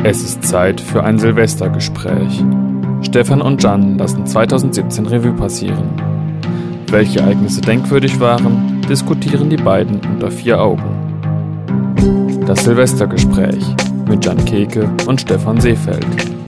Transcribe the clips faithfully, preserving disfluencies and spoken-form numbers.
Es ist Zeit für ein Silvestergespräch. Stefan und Jan lassen zweitausendsiebzehn Revue passieren. Welche Ereignisse denkwürdig waren, diskutieren die beiden unter vier Augen. Das Silvestergespräch mit Jan Keke und Stefan Seefeld.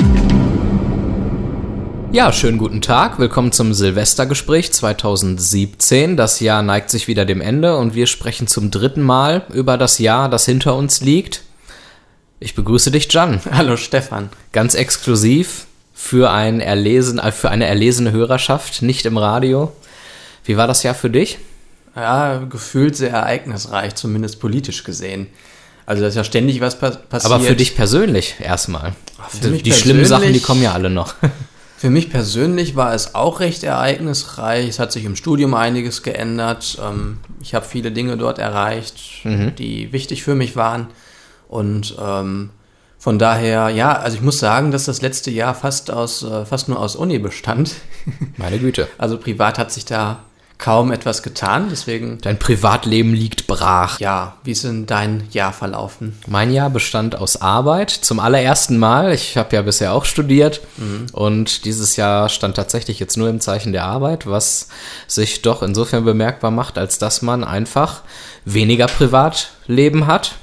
Ja, schönen guten Tag. Willkommen zum Silvestergespräch zweitausendsiebzehn. Das Jahr neigt sich wieder dem Ende und wir sprechen zum dritten Mal über das Jahr, das hinter uns liegt. Ich begrüße dich, Jan. Hallo, Stefan. Ganz exklusiv für, ein erlesen, für eine erlesene Hörerschaft, nicht im Radio. Wie war das Jahr für dich? Ja, gefühlt sehr ereignisreich, zumindest politisch gesehen. Also da ist ja ständig was pa- passiert. Aber für dich persönlich erstmal. Für mich die schlimmen Sachen, die kommen ja alle noch. Für mich persönlich war es auch recht ereignisreich. Es hat sich im Studium einiges geändert. Ich habe viele Dinge dort erreicht, mhm. die wichtig für mich waren. Und ähm, von daher, ja, also ich muss sagen, dass das letzte Jahr fast aus äh, fast nur aus Uni bestand. Meine Güte. Also privat hat sich da kaum etwas getan, deswegen... Dein Privatleben liegt brach. Ja, wie ist denn dein Jahr verlaufen? Mein Jahr bestand aus Arbeit zum allerersten Mal. Ich habe ja bisher auch studiert mhm. und dieses Jahr stand tatsächlich jetzt nur im Zeichen der Arbeit, was sich doch insofern bemerkbar macht, als dass man einfach weniger Privatleben hat.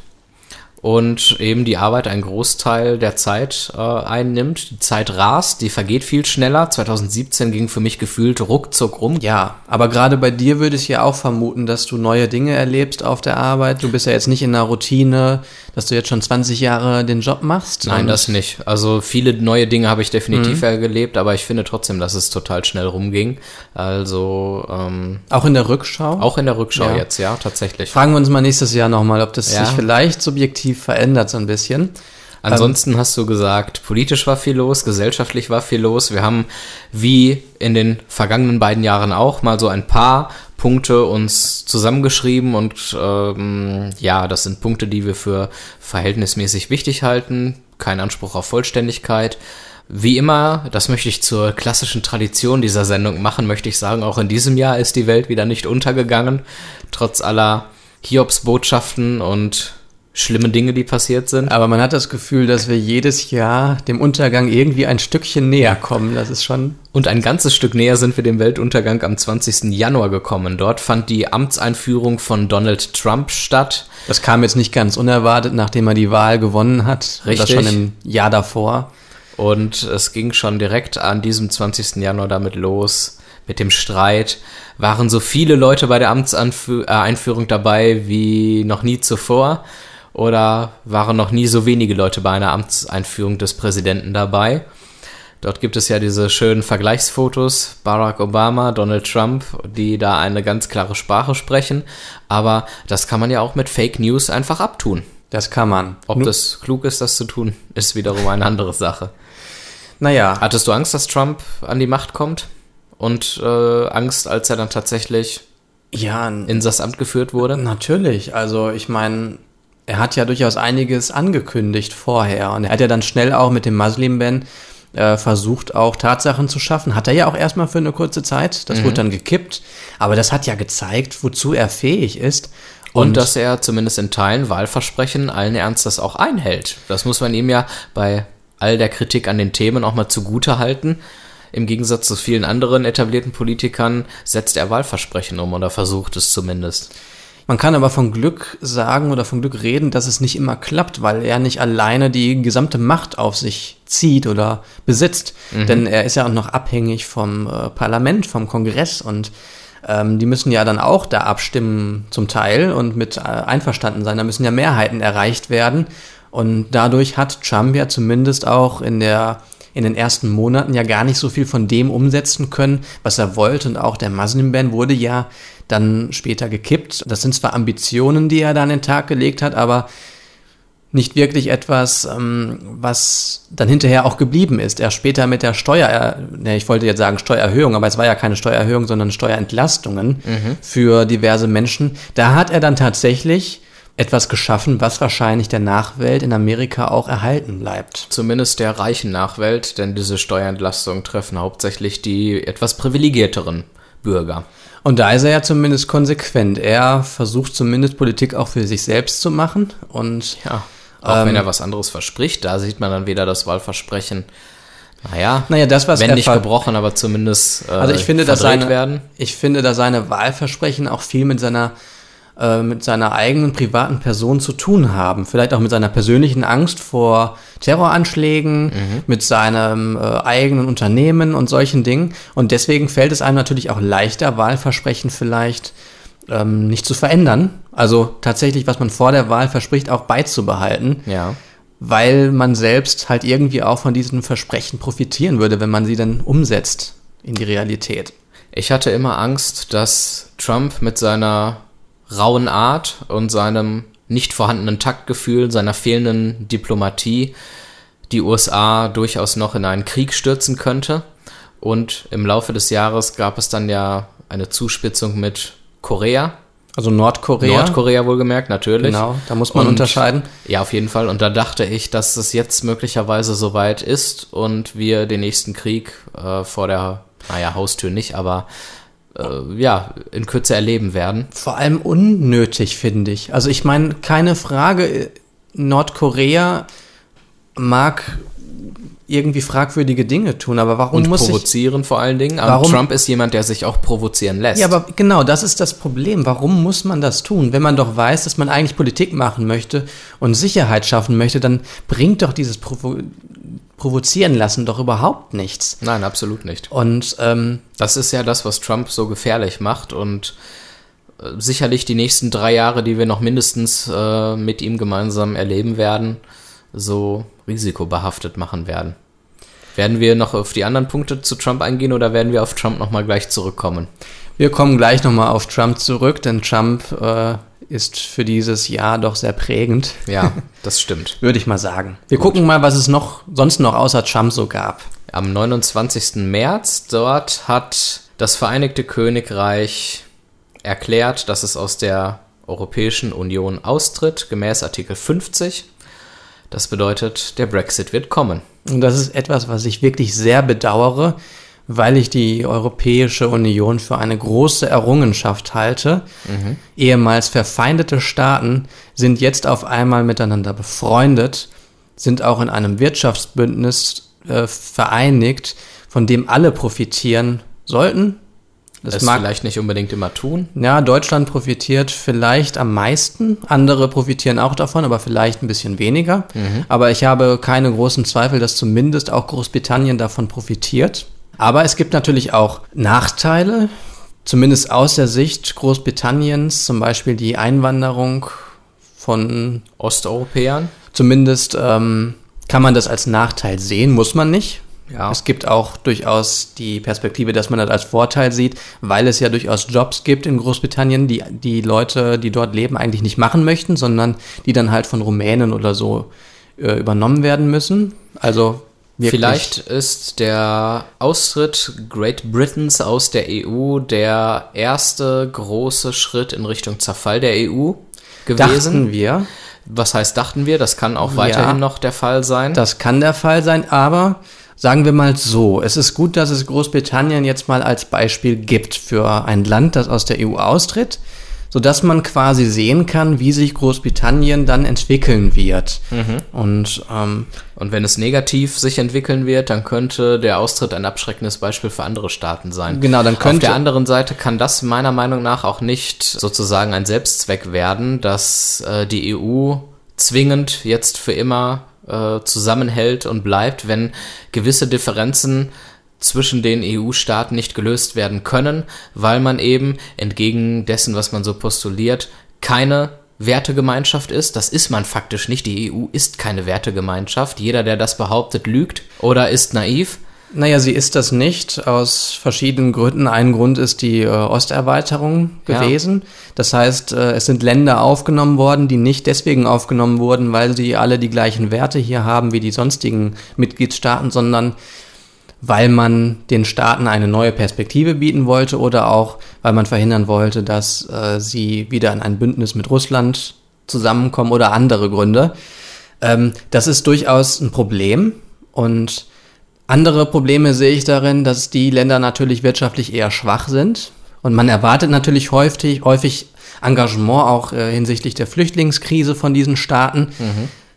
Und eben die Arbeit einen Großteil der Zeit äh, einnimmt. Die Zeit rast, die vergeht viel schneller. zweitausendsiebzehn ging für mich gefühlt ruckzuck rum. Ja, aber gerade bei dir würde ich ja auch vermuten, dass du neue Dinge erlebst auf der Arbeit. Du bist ja jetzt nicht in einer Routine, dass du jetzt schon zwanzig Jahre den Job machst. Nein, das nicht. Also viele neue Dinge habe ich definitiv mhm. erlebt, aber ich finde trotzdem, dass es total schnell rumging. Also ähm, auch in der Rückschau? Auch in der Rückschau ja. jetzt, ja, tatsächlich. Fragen wir uns mal nächstes Jahr nochmal, ob das ja. sich vielleicht subjektiv verändert so ein bisschen. Ansonsten ähm, hast du gesagt, politisch war viel los, gesellschaftlich war viel los. Wir haben wie in den vergangenen beiden Jahren auch mal so ein paar Punkte uns zusammengeschrieben und ähm, ja, das sind Punkte, die wir für verhältnismäßig wichtig halten. Kein Anspruch auf Vollständigkeit. Wie immer, das möchte ich zur klassischen Tradition dieser Sendung machen, möchte ich sagen, auch in diesem Jahr ist die Welt wieder nicht untergegangen, trotz aller Hiobsbotschaften und schlimme Dinge, die passiert sind. Aber man hat das Gefühl, dass wir jedes Jahr dem Untergang irgendwie ein Stückchen näher kommen. Das ist schon... Und ein ganzes Stück näher sind wir dem Weltuntergang am zwanzigsten Januar gekommen. Dort fand die Amtseinführung von Donald Trump statt. Das kam jetzt nicht ganz unerwartet, nachdem er die Wahl gewonnen hat. Richtig. Das schon im Jahr davor. Und es ging schon direkt an diesem zwanzigsten Januar damit los. Mit dem Streit waren so viele Leute bei der Amtseinführung dabei wie noch nie zuvor. Oder waren noch nie so wenige Leute bei einer Amtseinführung des Präsidenten dabei. Dort gibt es ja diese schönen Vergleichsfotos, Barack Obama, Donald Trump, die da eine ganz klare Sprache sprechen. Aber das kann man ja auch mit Fake News einfach abtun. Das kann man. Ob Nur das klug ist, das zu tun, ist wiederum eine andere Sache. Naja. Hattest du Angst, dass Trump an die Macht kommt? Und äh, Angst, als er dann tatsächlich ja, in das Amt geführt wurde? Natürlich. Also ich meine... Er hat ja durchaus einiges angekündigt vorher und er hat ja dann schnell auch mit dem Muslim-Ban äh, versucht, auch Tatsachen zu schaffen. Hat er ja auch erstmal für eine kurze Zeit, das mhm. wurde dann gekippt, aber das hat ja gezeigt, wozu er fähig ist. Und, und dass er zumindest in Teilen Wahlversprechen allen Ernstes auch einhält. Das muss man ihm ja bei all der Kritik an den Themen auch mal zugute halten. Im Gegensatz zu vielen anderen etablierten Politikern setzt er Wahlversprechen um oder versucht es zumindest. Man kann aber von Glück sagen oder von Glück reden, dass es nicht immer klappt, weil er nicht alleine die gesamte Macht auf sich zieht oder besitzt. Mhm. Denn er ist ja auch noch abhängig vom äh, Parlament, vom Kongress und ähm, die müssen ja dann auch da abstimmen zum Teil und mit äh, einverstanden sein. Da müssen ja Mehrheiten erreicht werden und dadurch hat Trump ja zumindest auch in der in den ersten Monaten ja gar nicht so viel von dem umsetzen können, was er wollte. Und auch der Muslim-Ban wurde ja dann später gekippt. Das sind zwar Ambitionen, die er da an den Tag gelegt hat, aber nicht wirklich etwas, was dann hinterher auch geblieben ist. Er später mit der Steuer, ne, ich wollte jetzt sagen Steuererhöhung, aber es war ja keine Steuererhöhung, sondern Steuerentlastungen mhm. für diverse Menschen. Da hat er dann tatsächlich etwas geschaffen, was wahrscheinlich der Nachwelt in Amerika auch erhalten bleibt. Zumindest der reichen Nachwelt, denn diese Steuerentlastungen treffen hauptsächlich die etwas privilegierteren Bürger. Und da ist er ja zumindest konsequent. Er versucht zumindest Politik auch für sich selbst zu machen und ja. Auch Ähm, wenn er was anderes verspricht, da sieht man dann wieder das Wahlversprechen. Naja, Naja, das, was wenn er nicht ver- gebrochen, aber zumindest äh, Also ich finde, dass verdreht seine, werden. ich finde, dass seine Wahlversprechen auch viel mit seiner, äh, mit seiner eigenen privaten Person zu tun haben. Vielleicht auch mit seiner persönlichen Angst vor Terroranschlägen, Mhm. mit seinem äh, eigenen Unternehmen und solchen Dingen. Und deswegen fällt es einem natürlich auch leichter, Wahlversprechen vielleicht ähm, nicht zu verändern. Also tatsächlich, was man vor der Wahl verspricht, auch beizubehalten. Ja. Weil man selbst halt irgendwie auch von diesen Versprechen profitieren würde, wenn man sie dann umsetzt in die Realität. Ich hatte immer Angst, dass Trump mit seiner rauen Art und seinem nicht vorhandenen Taktgefühl, seiner fehlenden Diplomatie die U S A durchaus noch in einen Krieg stürzen könnte. Und im Laufe des Jahres gab es dann ja eine Zuspitzung mit Korea. Also Nordkorea. Nordkorea wohlgemerkt, natürlich. Genau, da muss man Und- unterscheiden. Ja, auf jeden Fall. Und da dachte ich, dass es jetzt möglicherweise soweit ist und wir den nächsten Krieg äh, vor der, naja, Haustür nicht, aber äh, ja, in Kürze erleben werden. Vor allem unnötig, finde ich. Also ich meine, keine Frage, Nordkorea mag irgendwie fragwürdige Dinge tun, aber warum Und muss ich... provozieren vor allen Dingen. Aber Warum- Trump ist jemand, der sich auch provozieren lässt. Ja, aber genau, das ist das Problem. Warum muss man das tun? Wenn man doch weiß, dass man eigentlich Politik machen möchte und Sicherheit schaffen möchte, dann bringt doch dieses Provo Provozieren lassen doch überhaupt nichts. Nein, absolut nicht. Und ähm, Das ist ja das, was Trump so gefährlich macht und äh, sicherlich die nächsten drei Jahre, die wir noch mindestens äh, mit ihm gemeinsam erleben werden, so risikobehaftet machen werden. Werden wir noch auf die anderen Punkte zu Trump eingehen oder werden wir auf Trump nochmal gleich zurückkommen? wir kommen gleich nochmal auf Trump zurück, denn Trump äh, ist für dieses Jahr doch sehr prägend, Ja, das stimmt. würde ich mal sagen. Wir gucken mal, was es noch sonst noch außer Trump so gab. Am neunundzwanzigsten März, dort hat das Vereinigte Königreich erklärt, dass es aus der Europäischen Union austritt, gemäß Artikel fünfzig. Das bedeutet, der Brexit wird kommen. Und das ist etwas, was ich wirklich sehr bedauere, weil ich die Europäische Union für eine große Errungenschaft halte. Mhm. Ehemals verfeindete Staaten sind jetzt auf einmal miteinander befreundet, sind auch in einem Wirtschaftsbündnis äh, vereinigt, von dem alle profitieren sollten. Das, Das das mag, vielleicht nicht unbedingt immer tun. ja, Deutschland profitiert vielleicht am meisten, andere profitieren auch davon, aber vielleicht ein bisschen weniger. Aber ich habe keine großen Zweifel, dass zumindest auch Großbritannien davon profitiert. Aber es gibt natürlich auch Nachteile, zumindest aus der Sicht Großbritanniens, zum Beispiel die Einwanderung von, Osteuropäern. zumindest ähm, kann man das als Nachteil sehen, muss man nicht. Ja. Es gibt auch durchaus die Perspektive, dass man das als Vorteil sieht, weil es ja durchaus Jobs gibt in Großbritannien, die die Leute, die dort leben, eigentlich nicht machen möchten, sondern die dann halt von Rumänen oder so äh, übernommen werden müssen. Also wirklich, Vielleicht ist der Austritt Great Britains aus der E U der erste große Schritt in Richtung Zerfall der E U gewesen. dachten wir, Was heißt, dachten wir? Das kann auch weiterhin Ja. noch der Fall sein. das kann der Fall sein, aber sagen wir mal so, es ist gut, dass es Großbritannien jetzt mal als Beispiel gibt für ein Land, das aus der E U austritt, sodass man quasi sehen kann, wie sich Großbritannien dann entwickeln wird. Und ähm, Und wenn es negativ sich entwickeln wird, dann könnte der Austritt ein abschreckendes Beispiel für andere Staaten sein. Genau, dann Auf könnte- der anderen Seite kann das meiner Meinung nach auch nicht sozusagen ein Selbstzweck werden, dass äh, die E U zwingend jetzt für immer äh, zusammenhält und bleibt, wenn gewisse Differenzen zwischen den E U-Staaten nicht gelöst werden können, weil man eben entgegen dessen, was man so postuliert, keine Wertegemeinschaft ist. Das ist man faktisch nicht. Die E U ist keine Wertegemeinschaft. Jeder, der das behauptet, lügt oder ist naiv. naja, sie ist das nicht, aus verschiedenen Gründen. Ein Grund ist die äh, Osterweiterung Ja. gewesen. Das heißt, äh, es sind Länder aufgenommen worden, die nicht deswegen aufgenommen wurden, weil sie alle die gleichen Werte hier haben wie die sonstigen Mitgliedstaaten, sondern weil man den Staaten eine neue Perspektive bieten wollte oder auch, weil man verhindern wollte, dass äh, sie wieder in ein Bündnis mit Russland zusammenkommen oder andere Gründe. Ähm, das ist durchaus ein Problem und andere Probleme sehe ich darin, dass die Länder natürlich wirtschaftlich eher schwach sind und man erwartet natürlich häufig, häufig Engagement auch äh, hinsichtlich der Flüchtlingskrise von diesen Staaten.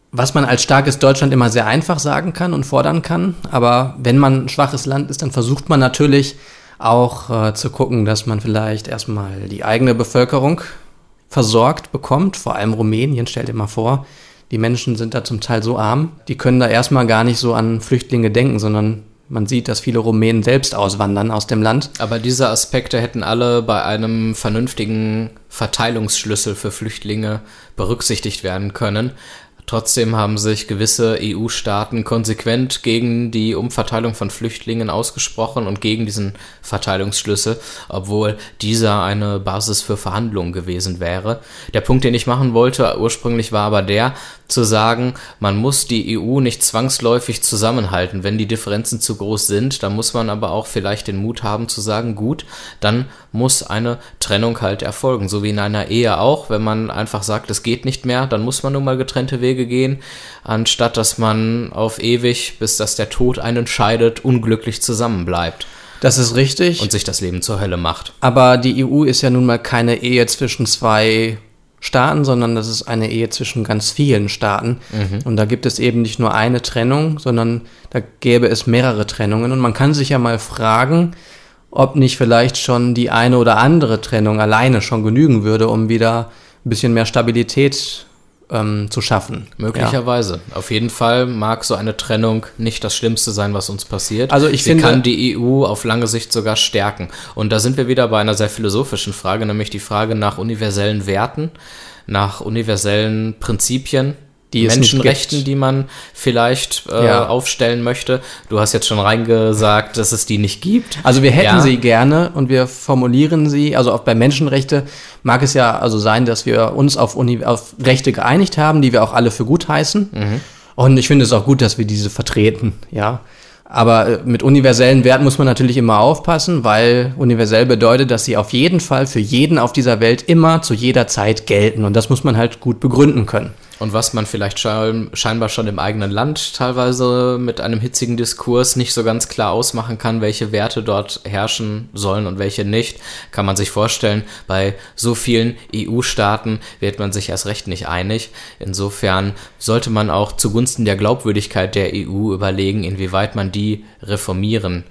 was man als starkes Deutschland immer sehr einfach sagen kann und fordern kann. Aber wenn man ein schwaches Land ist, dann versucht man natürlich auch äh, zu gucken, dass man vielleicht erstmal die eigene Bevölkerung versorgt bekommt. Vor allem Rumänien, stell dir mal vor, die Menschen sind da zum Teil so arm, die können da erstmal gar nicht so an Flüchtlinge denken, sondern man sieht, dass viele Rumänen selbst auswandern aus dem Land. Aber diese Aspekte hätten alle bei einem vernünftigen Verteilungsschlüssel für Flüchtlinge berücksichtigt werden können. Trotzdem haben sich gewisse E U-Staaten konsequent gegen die Umverteilung von Flüchtlingen ausgesprochen und gegen diesen Verteilungsschlüssel, obwohl dieser eine Basis für Verhandlungen gewesen wäre. Der Punkt, den ich machen wollte, ursprünglich war aber der, zu sagen, man muss die E U nicht zwangsläufig zusammenhalten. Wenn die Differenzen zu groß sind, dann muss man aber auch vielleicht den Mut haben zu sagen, gut, dann muss eine Trennung halt erfolgen. So wie in einer Ehe auch, wenn man einfach sagt, es geht nicht mehr, dann muss man nun mal getrennte Wege gehen, anstatt dass man auf ewig, bis dass der Tod einen scheidet, unglücklich zusammenbleibt. Das ist richtig. Und sich das Leben zur Hölle macht. Aber die E U ist ja nun mal keine Ehe zwischen zwei Staaten, sondern das ist eine Ehe zwischen ganz vielen Staaten. Mhm. Und da gibt es eben nicht nur eine Trennung, sondern da gäbe es mehrere Trennungen. Und man kann sich ja mal fragen, ob nicht vielleicht schon die eine oder andere Trennung alleine schon genügen würde, um wieder ein bisschen mehr Stabilität ähm, zu schaffen. Möglicherweise. Ja. Auf jeden Fall mag so eine Trennung nicht das Schlimmste sein, was uns passiert. Also ich Sie finde, kann die E U auf lange Sicht sogar stärken. Und da sind wir wieder bei einer sehr philosophischen Frage, nämlich die Frage nach universellen Werten, nach universellen Prinzipien, die Menschenrechten, die man vielleicht äh, ja. aufstellen möchte. Du hast jetzt schon reingesagt, dass es die nicht gibt. Also wir hätten ja. sie gerne und wir formulieren sie, also auch bei Menschenrechte mag es ja also sein, dass wir uns auf, Uni- auf Rechte geeinigt haben, die wir auch alle für gut heißen. Mhm. Und ich finde es auch gut, dass wir diese vertreten, ja. Aber mit universellen Werten muss man natürlich immer aufpassen, weil universell bedeutet, dass sie auf jeden Fall für jeden auf dieser Welt immer zu jeder Zeit gelten. Und das muss man halt gut begründen können. Und was man vielleicht scheinbar schon im eigenen Land teilweise mit einem hitzigen Diskurs nicht so ganz klar ausmachen kann, welche Werte dort herrschen sollen und welche nicht, kann man sich vorstellen, bei so vielen E U-Staaten wird man sich erst recht nicht einig. Insofern sollte man auch zugunsten der Glaubwürdigkeit der E U überlegen, inwieweit man die reformieren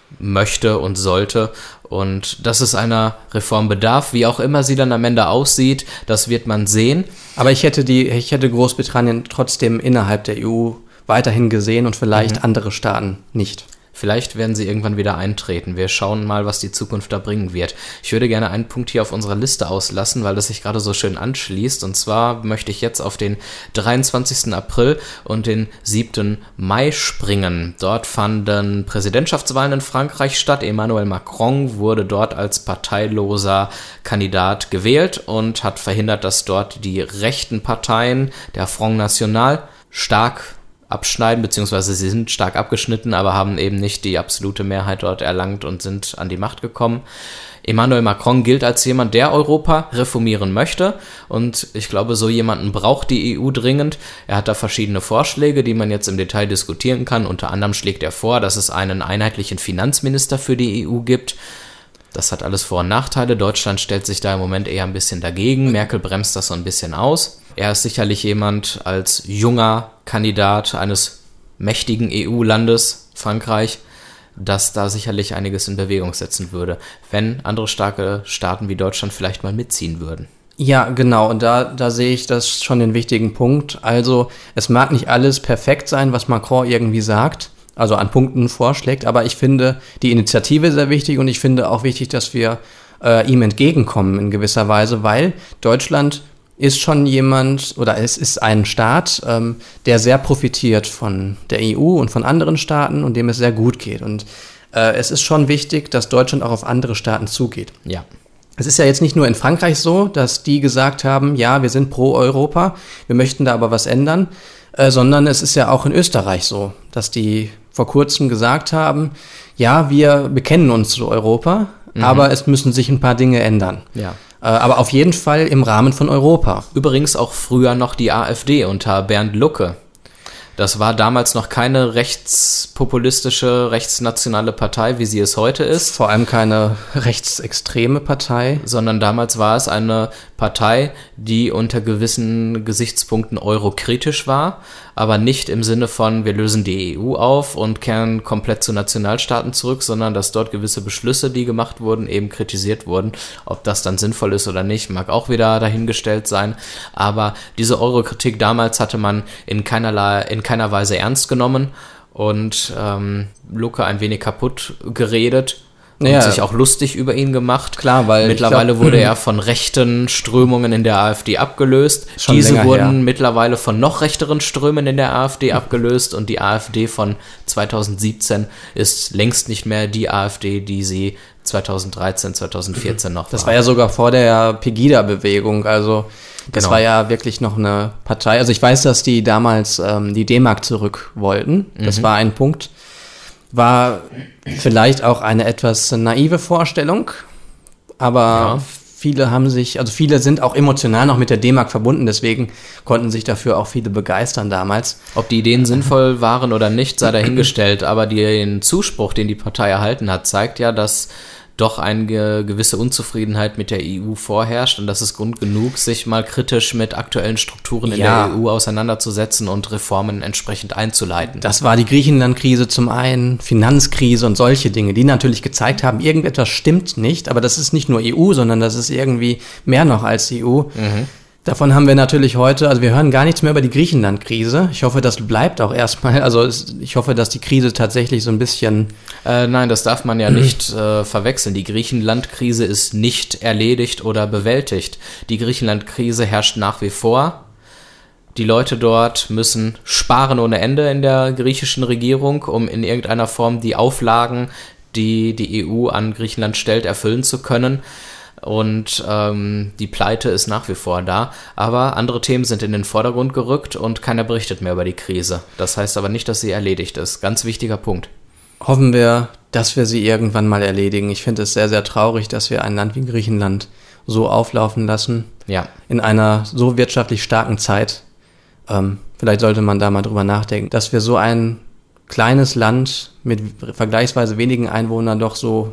möchte und sollte. Und dass es einer Reform bedarf, wie auch immer sie dann am Ende aussieht, das wird man sehen. Aber ich hätte die, ich hätte Großbritannien trotzdem innerhalb der E U weiterhin gesehen und vielleicht mhm. andere Staaten nicht. Vielleicht werden sie irgendwann wieder eintreten. Wir schauen mal, was die Zukunft da bringen wird. Ich würde gerne einen Punkt hier auf unserer Liste auslassen, weil das sich gerade so schön anschließt. Und zwar möchte ich jetzt auf den dreiundzwanzigsten April und den siebten Mai springen. Dort fanden Präsidentschaftswahlen in Frankreich statt. Emmanuel Macron wurde dort als parteiloser Kandidat gewählt und hat verhindert, dass dort die rechten Parteien, der Front National, stark abschneiden, beziehungsweise sie sind stark abgeschnitten, aber haben eben nicht die absolute Mehrheit dort erlangt und sind an die Macht gekommen. Emmanuel Macron gilt als jemand, der Europa reformieren möchte und ich glaube, so jemanden braucht die E U dringend. Er hat da verschiedene Vorschläge, die man jetzt im Detail diskutieren kann. Unter anderem schlägt er vor, dass es einen einheitlichen Finanzminister für die E U gibt. Das hat alles Vor- und Nachteile. Deutschland stellt sich da im Moment eher ein bisschen dagegen. Merkel bremst das so ein bisschen aus. Er ist sicherlich jemand als junger Kandidat eines mächtigen E U-Landes, Frankreich, das da sicherlich einiges in Bewegung setzen würde, wenn andere starke Staaten wie Deutschland vielleicht mal mitziehen würden. Ja, genau. Und da, da sehe ich das schon den wichtigen Punkt. Also es mag nicht alles perfekt sein, was Macron irgendwie sagt, also an Punkten vorschlägt, aber ich finde die Initiative sehr wichtig und ich finde auch wichtig, dass wir äh, ihm entgegenkommen in gewisser Weise, weil Deutschland ist schon jemand, oder es ist ein Staat, ähm, der sehr profitiert von der E U und von anderen Staaten und dem es sehr gut geht. Und äh, es ist schon wichtig, dass Deutschland auch auf andere Staaten zugeht. Ja. Es ist ja jetzt nicht nur in Frankreich so, dass die gesagt haben, ja, wir sind pro Europa, wir möchten da aber was ändern, äh, sondern es ist ja auch in Österreich so, dass die vor kurzem gesagt haben, ja, wir bekennen uns zu Europa, mhm. aber es müssen sich ein paar Dinge ändern. Ja. Aber auf jeden Fall im Rahmen von Europa. Übrigens auch früher noch die AfD unter Bernd Lucke. Das war damals noch keine rechtspopulistische, rechtsnationale Partei, wie sie es heute ist. Vor allem keine rechtsextreme Partei. Sondern damals war es eine Partei, die unter gewissen Gesichtspunkten eurokritisch war, aber nicht im Sinne von, wir lösen die E U auf und kehren komplett zu Nationalstaaten zurück, sondern dass dort gewisse Beschlüsse, die gemacht wurden, eben kritisiert wurden. Ob das dann sinnvoll ist oder nicht, mag auch wieder dahingestellt sein. Aber diese Eurokritik damals hatte man in keinerlei, in keiner Weise ernst genommen und ähm, Lucke ein wenig kaputt geredet. Und ja, sich auch lustig über ihn gemacht. Klar, weil mittlerweile glaub, wurde er von rechten Strömungen in der AfD abgelöst. Schon Diese wurden her. mittlerweile von noch rechteren Strömen in der AfD abgelöst und die AfD von zweitausendsiebzehn ist längst nicht mehr die AfD, die sie zweitausenddreizehn, zweitausendvierzehn noch war. Das war ja sogar vor der Pegida-Bewegung, also das Genau. war ja wirklich noch eine Partei. Also ich weiß, dass die damals ähm, die D-Mark zurück wollten. Das Mhm. war ein Punkt. War vielleicht auch eine etwas naive Vorstellung, aber Ja. viele haben sich, also viele sind auch emotional noch mit der D-Mark verbunden, deswegen konnten sich dafür auch viele begeistern damals. Ob die Ideen sinnvoll waren oder nicht, sei dahingestellt, aber den Zuspruch, den die Partei erhalten hat, zeigt ja, dass doch eine gewisse Unzufriedenheit mit der E U vorherrscht und das ist Grund genug, sich mal kritisch mit aktuellen Strukturen in Ja. der E U auseinanderzusetzen und Reformen entsprechend einzuleiten. Das war die Griechenland-Krise zum einen, Finanzkrise und solche Dinge, die natürlich gezeigt haben, irgendetwas stimmt nicht, aber das ist nicht nur E U, sondern das ist irgendwie mehr noch als E U. Mhm. Davon haben wir natürlich heute, also wir hören gar nichts mehr über die Griechenland-Krise. Ich hoffe, das bleibt auch erstmal, also es, ich hoffe, dass die Krise tatsächlich so ein bisschen... Äh, nein, das darf man ja nicht äh, verwechseln. Die Griechenland-Krise ist nicht erledigt oder bewältigt. Die Griechenland-Krise herrscht nach wie vor. Die Leute dort müssen sparen ohne Ende in der griechischen Regierung, um in irgendeiner Form die Auflagen, die die E U an Griechenland stellt, erfüllen zu können. Und ähm, die Pleite ist nach wie vor da, aber andere Themen sind in den Vordergrund gerückt und keiner berichtet mehr über die Krise. Das heißt aber nicht, dass sie erledigt ist. Ganz wichtiger Punkt. Hoffen wir, dass wir sie irgendwann mal erledigen. Ich finde es sehr, sehr traurig, dass wir ein Land wie Griechenland so auflaufen lassen. Ja. In einer so wirtschaftlich starken Zeit. Ähm, vielleicht sollte man da mal drüber nachdenken, dass wir so ein kleines Land mit vergleichsweise wenigen Einwohnern doch so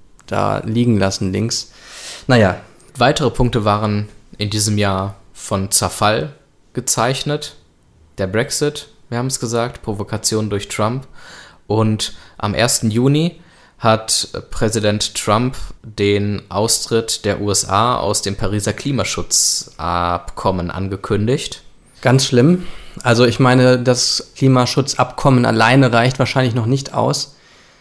da liegen lassen links. Naja. Weitere Punkte waren in diesem Jahr von Zerfall gezeichnet. Der Brexit, wir haben es gesagt, Provokation durch Trump. Und am ersten Juni hat Präsident Trump den Austritt der U S A aus dem Pariser Klimaschutzabkommen angekündigt. Ganz schlimm. Also ich meine, das Klimaschutzabkommen alleine reicht wahrscheinlich noch nicht aus,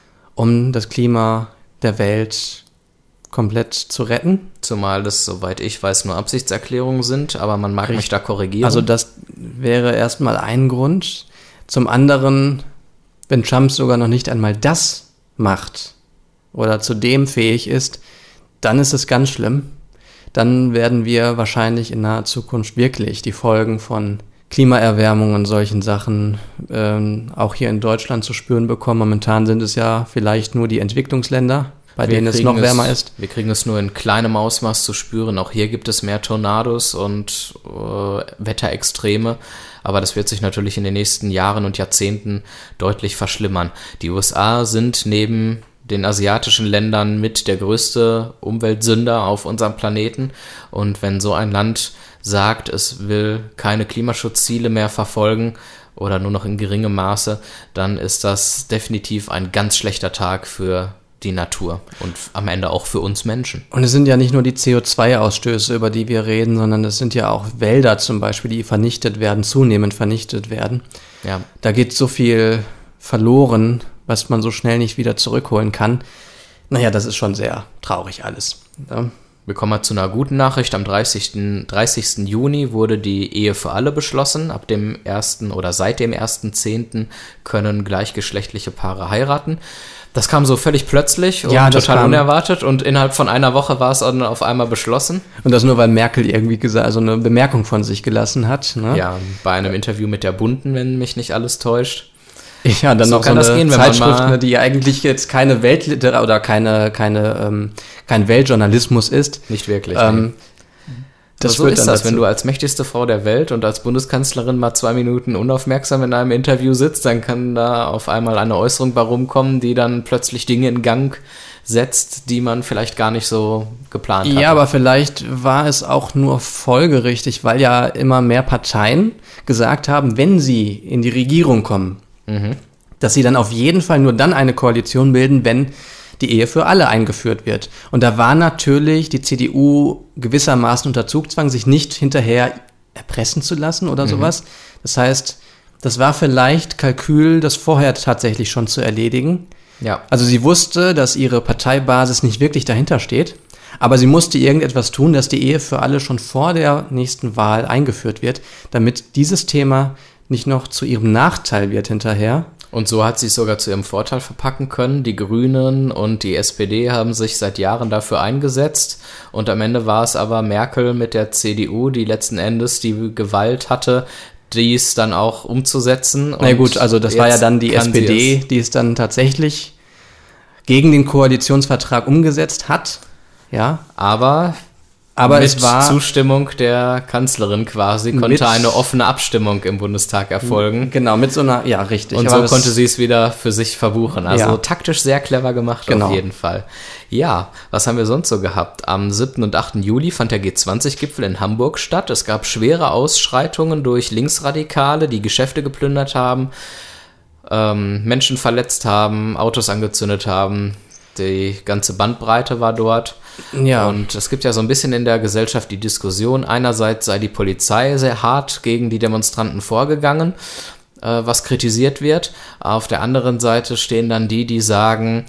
um das Klima der Welt komplett zu retten. Zumal das, soweit ich weiß, nur Absichtserklärungen sind, aber man mag mich da korrigieren. Also das wäre erstmal ein Grund. Zum anderen, wenn Trump sogar noch nicht einmal das macht oder zu dem fähig ist, dann ist es ganz schlimm. Dann werden wir wahrscheinlich in naher Zukunft wirklich die Folgen von Klimaerwärmung und solchen Sachen ähm, auch hier in Deutschland zu spüren bekommen. Momentan sind es ja vielleicht nur die Entwicklungsländer, bei Wir denen es kriegen noch wärmer ist. Wir kriegen es nur in kleinem Ausmaß zu spüren. Auch hier gibt es mehr Tornados und äh, Wetterextreme. Aber das wird sich natürlich in den nächsten Jahren und Jahrzehnten deutlich verschlimmern. Die U S A sind neben den asiatischen Ländern mit der größte Umweltsünder auf unserem Planeten. Und wenn so ein Land sagt, es will keine Klimaschutzziele mehr verfolgen oder nur noch in geringem Maße, dann ist das definitiv ein ganz schlechter Tag für die Natur und am Ende auch für uns Menschen. Und es sind ja nicht nur die C O zwei Ausstöße, über die wir reden, sondern es sind ja auch Wälder zum Beispiel, die vernichtet werden, zunehmend vernichtet werden. Ja. Da geht so viel verloren, was man so schnell nicht wieder zurückholen kann. Naja, das ist schon sehr traurig alles. Ja. Wir kommen mal zu einer guten Nachricht. Am dreißigsten Juni wurde die Ehe für alle beschlossen. Ab dem ersten oder seit dem ersten zehnten können gleichgeschlechtliche Paare heiraten. Das kam so völlig plötzlich und Ja, das total kam- unerwartet und innerhalb von einer Woche war es dann auf einmal beschlossen. Und das nur, weil Merkel irgendwie gesagt, also eine Bemerkung von sich gelassen hat. Ne? Ja, bei einem Interview mit der Bunden, wenn mich nicht alles täuscht. Ja, dann So noch so kann eine das gehen, wenn man Zeitschrift, mal- ne, die eigentlich jetzt keine Weltliteratur oder keine, keine, ähm, kein Weltjournalismus ist. Nicht wirklich. Ähm, Das so ist das, dazu. Wenn du als mächtigste Frau der Welt und als Bundeskanzlerin mal zwei Minuten unaufmerksam in einem Interview sitzt, dann kann da auf einmal eine Äußerung bei rumkommen, die dann plötzlich Dinge in Gang setzt, die man vielleicht gar nicht so geplant hat. Ja, aber vielleicht war es auch nur folgerichtig, weil ja immer mehr Parteien gesagt haben, wenn sie in die Regierung kommen, mhm. dass sie dann auf jeden Fall nur dann eine Koalition bilden, wenn die Ehe für alle eingeführt wird. Und da war natürlich die C D U gewissermaßen unter Zugzwang, sich nicht hinterher erpressen zu lassen oder mhm. sowas. Das heißt, das war vielleicht Kalkül, das vorher tatsächlich schon zu erledigen. Ja. Also sie wusste, dass ihre Parteibasis nicht wirklich dahinter steht, aber sie musste irgendetwas tun, dass die Ehe für alle schon vor der nächsten Wahl eingeführt wird, damit dieses Thema nicht noch zu ihrem Nachteil wird hinterher. Und so hat sie es sogar zu ihrem Vorteil verpacken können. Die Grünen und die S P D haben sich seit Jahren dafür eingesetzt. Und am Ende war es aber Merkel mit der C D U, die letzten Endes die Gewalt hatte, dies dann auch umzusetzen. Na gut, also das war ja dann die S P D, die es dann tatsächlich gegen den Koalitionsvertrag umgesetzt hat. Ja, aber... Aber mit es war Zustimmung der Kanzlerin quasi, konnte eine offene Abstimmung im Bundestag erfolgen. Genau, mit so einer, ja, richtig. Und aber so konnte sie es wieder für sich verbuchen. Also ja. taktisch sehr clever gemacht, genau. Auf jeden Fall. Ja, was haben wir sonst so gehabt? Am siebten und achten Juli fand der G zwanzig Gipfel in Hamburg statt. Es gab schwere Ausschreitungen durch Linksradikale, die Geschäfte geplündert haben, ähm, Menschen verletzt haben, Autos angezündet haben. Die ganze Bandbreite war dort. Ja. Und es gibt ja so ein bisschen in der Gesellschaft die Diskussion, einerseits sei die Polizei sehr hart gegen die Demonstranten vorgegangen, äh, was kritisiert wird. Auf der anderen Seite stehen dann die, die sagen,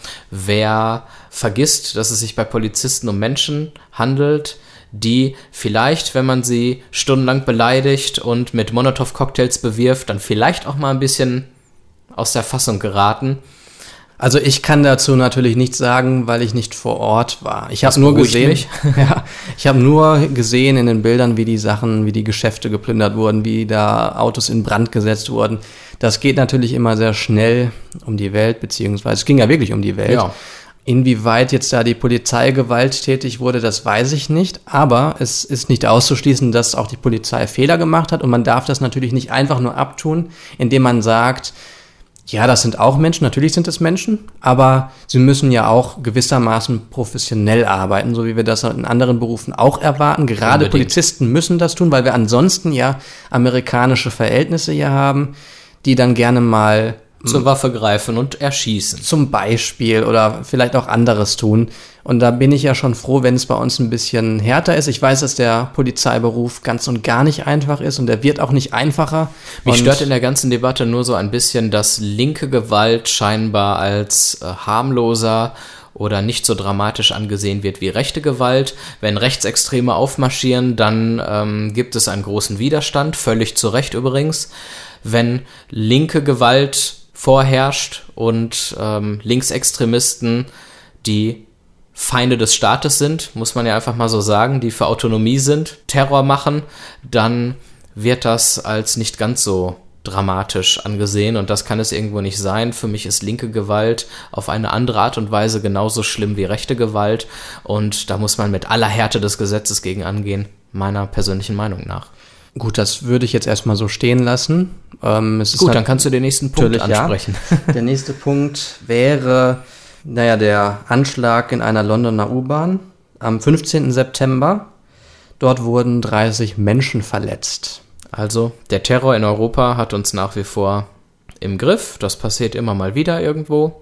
wer vergisst, dass es sich bei Polizisten um Menschen handelt, die vielleicht, wenn man sie stundenlang beleidigt und mit Molotow-Cocktails bewirft, dann vielleicht auch mal ein bisschen aus der Fassung geraten. Also ich kann dazu natürlich nichts sagen, weil ich nicht vor Ort war. Ich habe nur gesehen, ja, ich habe nur gesehen in den Bildern, wie die Sachen, wie die Geschäfte geplündert wurden, wie da Autos in Brand gesetzt wurden. Das geht natürlich immer sehr schnell um die Welt, beziehungsweise es ging ja wirklich um die Welt. Ja. Inwieweit jetzt da die Polizei gewalttätig wurde, das weiß ich nicht. Aber es ist nicht auszuschließen, dass auch die Polizei Fehler gemacht hat. Und man darf das natürlich nicht einfach nur abtun, indem man sagt, ja, das sind auch Menschen, natürlich sind es Menschen, aber sie müssen ja auch gewissermaßen professionell arbeiten, so wie wir das in anderen Berufen auch erwarten. Gerade Unbedingt. Polizisten müssen das tun, weil wir ansonsten ja amerikanische Verhältnisse hier haben, die dann gerne mal zur Waffe greifen und erschießen. Zum Beispiel oder vielleicht auch anderes tun. Und da bin ich ja schon froh, wenn es bei uns ein bisschen härter ist. Ich weiß, dass der Polizeiberuf ganz und gar nicht einfach ist und der wird auch nicht einfacher. Mich und stört in der ganzen Debatte nur so ein bisschen, dass linke Gewalt scheinbar als äh, harmloser oder nicht so dramatisch angesehen wird wie rechte Gewalt. Wenn Rechtsextreme aufmarschieren, dann ähm, gibt es einen großen Widerstand, völlig zu Recht übrigens. Wenn linke Gewalt vorherrscht und ähm, Linksextremisten, die Feinde des Staates sind, muss man ja einfach mal so sagen, die für Autonomie sind, Terror machen, dann wird das als nicht ganz so dramatisch angesehen und das kann es irgendwo nicht sein. Für mich ist linke Gewalt auf eine andere Art und Weise genauso schlimm wie rechte Gewalt und da muss man mit aller Härte des Gesetzes gegen angehen, meiner persönlichen Meinung nach. Gut, das würde ich jetzt erstmal so stehen lassen. Ähm, es ist Gut, dann kannst du den nächsten Punkt ansprechen. Ja. Der nächste Punkt wäre, naja, der Anschlag in einer Londoner U-Bahn am fünfzehnten September. Dort wurden dreißig Menschen verletzt. Also, der Terror in Europa hat uns nach wie vor im Griff. Das passiert immer mal wieder irgendwo.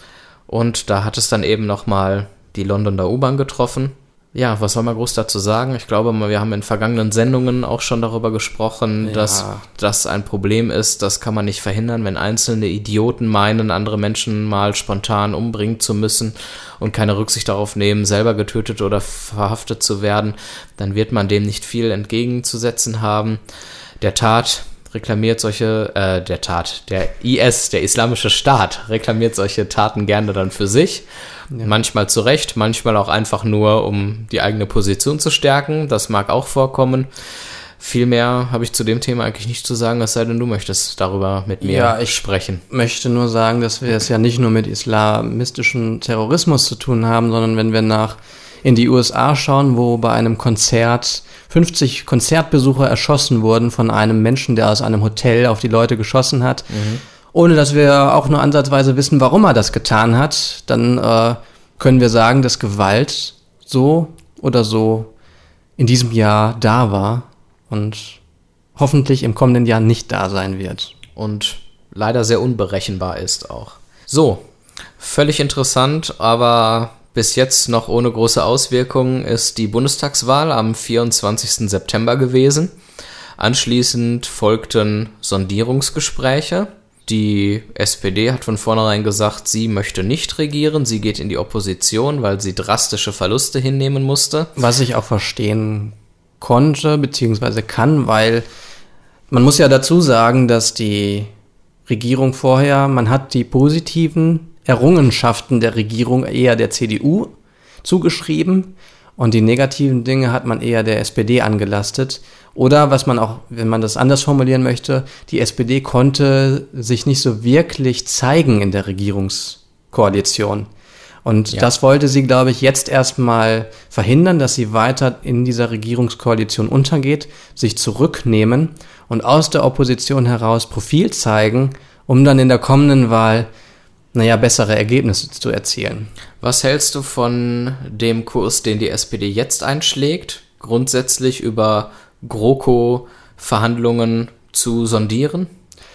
Und da hat es dann eben nochmal die Londoner U-Bahn getroffen. Ja, was soll man groß dazu sagen? Ich glaube, wir haben in vergangenen Sendungen auch schon darüber gesprochen, ja. dass das ein Problem ist. Das kann man nicht verhindern, wenn einzelne Idioten meinen, andere Menschen mal spontan umbringen zu müssen und keine Rücksicht darauf nehmen, selber getötet oder verhaftet zu werden. Dann wird man dem nicht viel entgegenzusetzen haben. Der Tat reklamiert solche, äh, der Tat, der I S, der Islamische Staat, reklamiert solche Taten gerne dann für sich. Ja. Manchmal zu Recht, manchmal auch einfach nur, um die eigene Position zu stärken. Das mag auch vorkommen. Viel mehr habe ich zu dem Thema eigentlich nicht zu sagen, es sei denn, du möchtest darüber mit mir ja, ich sprechen. Ich möchte nur sagen, dass wir es ja nicht nur mit islamistischem Terrorismus zu tun haben, sondern wenn wir nach in die U S A schauen, wo bei einem Konzert fünfzig Konzertbesucher erschossen wurden von einem Menschen, der aus einem Hotel auf die Leute geschossen hat, mhm. ohne dass wir auch nur ansatzweise wissen, warum er das getan hat, dann äh, können wir sagen, dass Gewalt so oder so in diesem Jahr da war und hoffentlich im kommenden Jahr nicht da sein wird. Und leider sehr unberechenbar ist auch. So, völlig interessant, aber bis jetzt noch ohne große Auswirkungen ist die Bundestagswahl am vierundzwanzigsten September gewesen. Anschließend folgten Sondierungsgespräche. Die S P D hat von vornherein gesagt, sie möchte nicht regieren, sie geht in die Opposition, weil sie drastische Verluste hinnehmen musste. Was ich auch verstehen konnte, beziehungsweise kann, weil man muss ja dazu sagen, dass die Regierung vorher, man hat die positiven Errungenschaften der Regierung eher der C D U zugeschrieben und die negativen Dinge hat man eher der S P D angelastet. Oder was man auch, wenn man das anders formulieren möchte, die S P D konnte sich nicht so wirklich zeigen in der Regierungskoalition. Und ja. das wollte sie, glaube ich, jetzt erstmal verhindern, dass sie weiter in dieser Regierungskoalition untergeht, sich zurücknehmen und aus der Opposition heraus Profil zeigen, um dann in der kommenden Wahl naja, bessere Ergebnisse zu erzielen. Was hältst du von dem Kurs, den die S P D jetzt einschlägt, grundsätzlich über GroKo-Verhandlungen zu sondieren?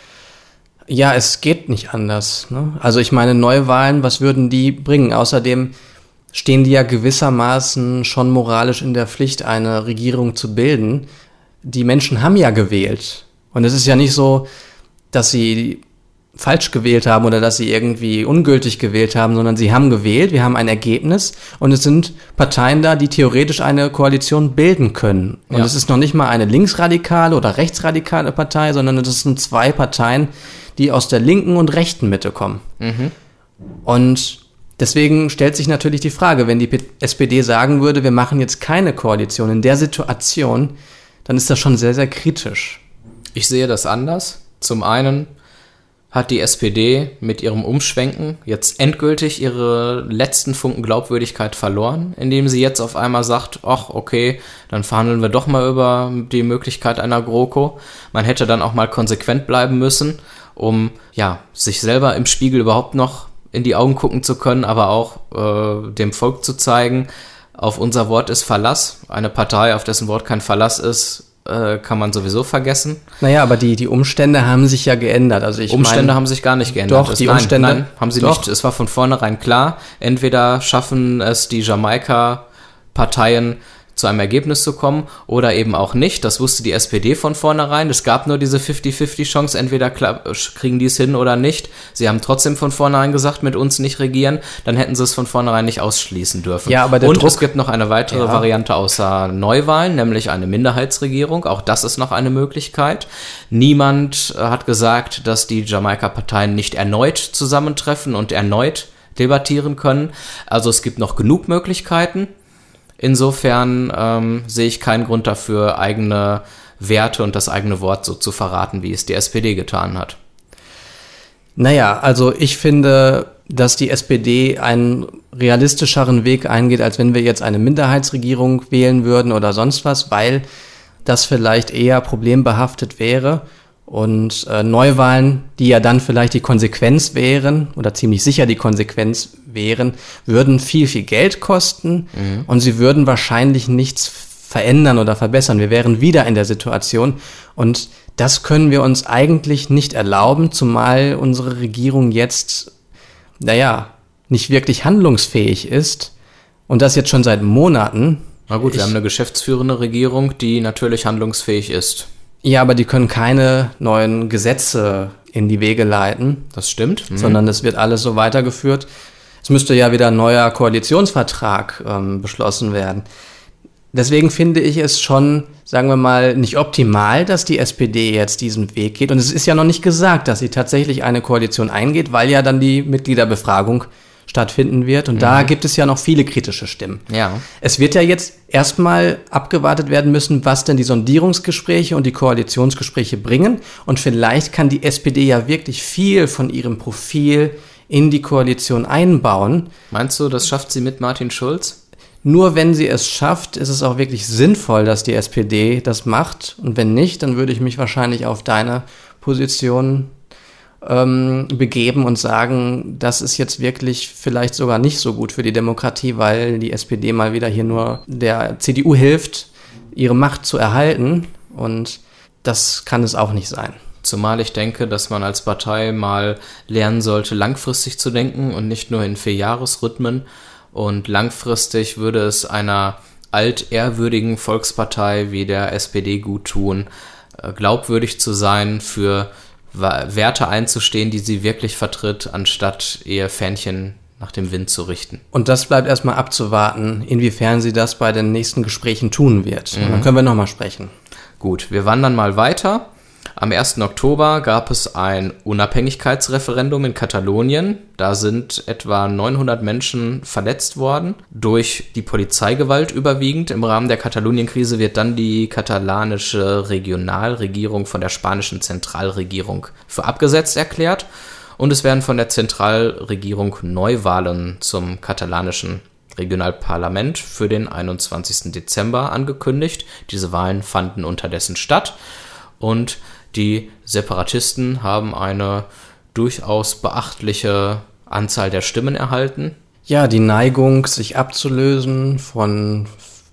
Ja, es geht nicht anders, ne? Also ich meine, Neuwahlen, was würden die bringen? Außerdem stehen die ja gewissermaßen schon moralisch in der Pflicht, eine Regierung zu bilden. Die Menschen haben ja gewählt. Und es ist ja nicht so, dass sie falsch gewählt haben oder dass sie irgendwie ungültig gewählt haben, sondern sie haben gewählt, wir haben ein Ergebnis und es sind Parteien da, die theoretisch eine Koalition bilden können. Und ja. es ist noch nicht mal eine linksradikale oder rechtsradikale Partei, sondern es sind zwei Parteien, die aus der linken und rechten Mitte kommen. Mhm. Und deswegen stellt sich natürlich die Frage, wenn die S P D sagen würde, wir machen jetzt keine Koalition in der Situation, dann ist das schon sehr, sehr kritisch. Ich sehe das anders. Zum einen hat die S P D mit ihrem Umschwenken jetzt endgültig ihre letzten Funken Glaubwürdigkeit verloren, indem sie jetzt auf einmal sagt, ach okay, dann verhandeln wir doch mal über die Möglichkeit einer GroKo. Man hätte dann auch mal konsequent bleiben müssen, um ja sich selber im Spiegel überhaupt noch in die Augen gucken zu können, aber auch äh, dem Volk zu zeigen, auf unser Wort ist Verlass. Eine Partei, auf dessen Wort kein Verlass ist, kann man sowieso vergessen. Naja, aber die, die Umstände haben sich ja geändert. Also ich Umstände mein, haben sich gar nicht geändert. Doch, es, die nein, Umstände. Nein, haben sie doch. nicht. Es war von vornherein klar, entweder schaffen es die Jamaika-Parteien zu einem Ergebnis zu kommen oder eben auch nicht. Das wusste die S P D von vornherein. Es gab nur diese fünfzig fünfzig Chance, entweder kriegen die es hin oder nicht. Sie haben trotzdem von vornherein gesagt, mit uns nicht regieren. Dann hätten sie es von vornherein nicht ausschließen dürfen. Ja, aber der Und Druck, es gibt noch eine weitere ja. Variante außer Neuwahlen, nämlich eine Minderheitsregierung. Auch das ist noch eine Möglichkeit. Niemand hat gesagt, dass die Jamaika-Parteien nicht erneut zusammentreffen und erneut debattieren können. Also es gibt noch genug Möglichkeiten. Insofern ähm, sehe ich keinen Grund dafür, eigene Werte und das eigene Wort so zu verraten, wie es die S P D getan hat. Naja, also ich finde, dass die S P D einen realistischeren Weg eingeht, als wenn wir jetzt eine Minderheitsregierung wählen würden oder sonst was, weil das vielleicht eher problembehaftet wäre. Und äh, Neuwahlen, die ja dann vielleicht die Konsequenz wären oder ziemlich sicher die Konsequenz wären, würden viel, viel Geld kosten mhm. und sie würden wahrscheinlich nichts verändern oder verbessern. Wir wären wieder in der Situation und das können wir uns eigentlich nicht erlauben, zumal unsere Regierung jetzt, naja, nicht wirklich handlungsfähig ist und das jetzt schon seit Monaten. Na gut, ich, wir haben eine geschäftsführende Regierung, die natürlich handlungsfähig ist. Ja, aber die können keine neuen Gesetze in die Wege leiten. Das stimmt. Mhm. Sondern es wird alles so weitergeführt. Es müsste ja wieder ein neuer Koalitionsvertrag ähm, beschlossen werden. Deswegen finde ich es schon, sagen wir mal, nicht optimal, dass die S P D jetzt diesen Weg geht. Und es ist ja noch nicht gesagt, dass sie tatsächlich eine Koalition eingeht, weil ja dann die Mitgliederbefragung stattfinden wird. Und mhm. da gibt es ja noch viele kritische Stimmen. Ja. Es wird ja jetzt erstmal abgewartet werden müssen, was denn die Sondierungsgespräche und die Koalitionsgespräche bringen. Und vielleicht kann die S P D ja wirklich viel von ihrem Profil in die Koalition einbauen. Meinst du, das schafft sie mit Martin Schulz? Nur wenn sie es schafft, ist es auch wirklich sinnvoll, dass die S P D das macht. Und wenn nicht, dann würde ich mich wahrscheinlich auf deine Position ähm, begeben und sagen, das ist jetzt wirklich vielleicht sogar nicht so gut für die Demokratie, weil die S P D mal wieder hier nur der C D U hilft, ihre Macht zu erhalten. Und das kann es auch nicht sein. Zumal ich denke, dass man als Partei mal lernen sollte, langfristig zu denken und nicht nur in Vierjahresrhythmen. Und langfristig würde es einer altehrwürdigen Volkspartei wie der S P D gut tun, glaubwürdig zu sein, für Werte einzustehen, die sie wirklich vertritt, anstatt ihr Fähnchen nach dem Wind zu richten. Und das bleibt erstmal abzuwarten, inwiefern sie das bei den nächsten Gesprächen tun wird. Mhm. Und dann können wir nochmal sprechen. Gut, wir wandern mal weiter. Am ersten Oktober gab es ein Unabhängigkeitsreferendum in Katalonien. Da sind etwa neunhundert Menschen verletzt worden, durch die Polizeigewalt überwiegend. Im Rahmen der Katalonien-Krise wird dann die katalanische Regionalregierung von der spanischen Zentralregierung für abgesetzt erklärt. Und es werden von der Zentralregierung Neuwahlen zum katalanischen Regionalparlament für den einundzwanzigsten Dezember angekündigt. Diese Wahlen fanden unterdessen statt. Und die Separatisten haben eine durchaus beachtliche Anzahl der Stimmen erhalten. Ja, die Neigung, sich abzulösen von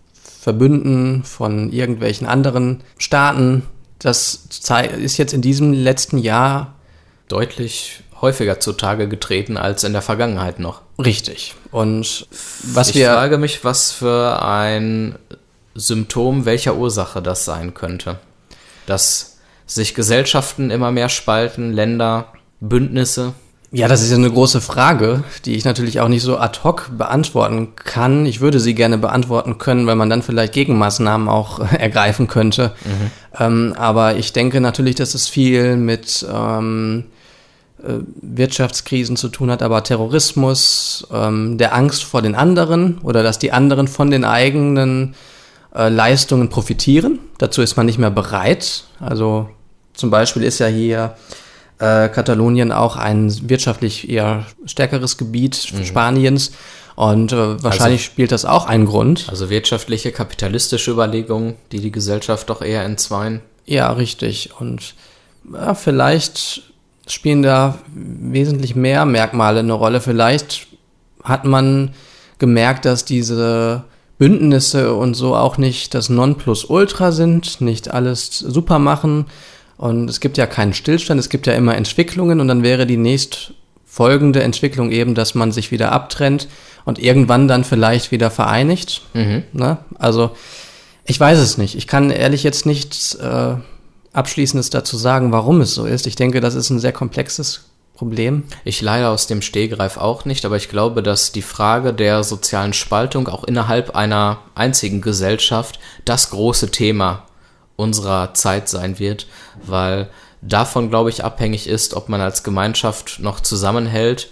Verbünden, von irgendwelchen anderen Staaten, das ist jetzt in diesem letzten Jahr deutlich häufiger zutage getreten als in der Vergangenheit noch. Richtig. Und was ich wir... Ich frage mich, was für ein Symptom welcher Ursache das sein könnte. Dass sich Gesellschaften immer mehr spalten, Länder, Bündnisse. Ja, das ist ja eine große Frage, die ich natürlich auch nicht so ad hoc beantworten kann. Ich würde sie gerne beantworten können, weil man dann vielleicht Gegenmaßnahmen auch ergreifen könnte. Mhm. Ähm, aber ich denke natürlich, dass es viel mit ähm, äh, Wirtschaftskrisen zu tun hat, aber Terrorismus, ähm, der Angst vor den anderen oder dass die anderen von den eigenen äh, Leistungen profitieren. Dazu ist man nicht mehr bereit. Also zum Beispiel ist ja hier äh, Katalonien auch ein wirtschaftlich eher stärkeres Gebiet mhm. Spaniens und äh, wahrscheinlich also, spielt das auch einen Grund. Also wirtschaftliche, kapitalistische Überlegungen, die die Gesellschaft doch eher entzweien. Ja, richtig. Und ja, vielleicht spielen da wesentlich mehr Merkmale eine Rolle. Vielleicht hat man gemerkt, dass diese Bündnisse und so auch nicht das Nonplusultra sind, nicht alles super machen. Und es gibt ja keinen Stillstand, es gibt ja immer Entwicklungen und dann wäre die nächstfolgende Entwicklung eben, dass man sich wieder abtrennt und irgendwann dann vielleicht wieder vereinigt. Mhm. Ne? Also ich weiß es nicht. Ich kann ehrlich jetzt nichts äh, Abschließendes dazu sagen, warum es so ist. Ich denke, das ist ein sehr komplexes Problem. Ich leider aus dem Stehgreif auch nicht, aber ich glaube, dass die Frage der sozialen Spaltung auch innerhalb einer einzigen Gesellschaft das große Thema unserer Zeit sein wird, weil davon, glaube ich, abhängig ist, ob man als Gemeinschaft noch zusammenhält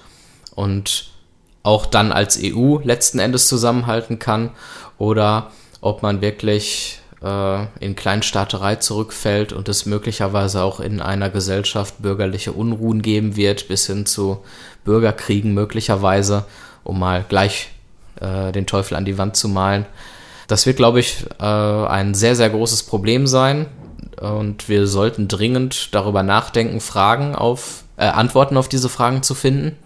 und auch dann als E U letzten Endes zusammenhalten kann oder ob man wirklich äh, in Kleinstaaterei zurückfällt und es möglicherweise auch in einer Gesellschaft bürgerliche Unruhen geben wird, bis hin zu Bürgerkriegen möglicherweise, um mal gleich äh, den Teufel an die Wand zu malen. Das wird, glaube ich, äh, ein sehr, sehr großes Problem sein und wir sollten dringend darüber nachdenken, Fragen auf, äh, Antworten auf diese Fragen zu finden.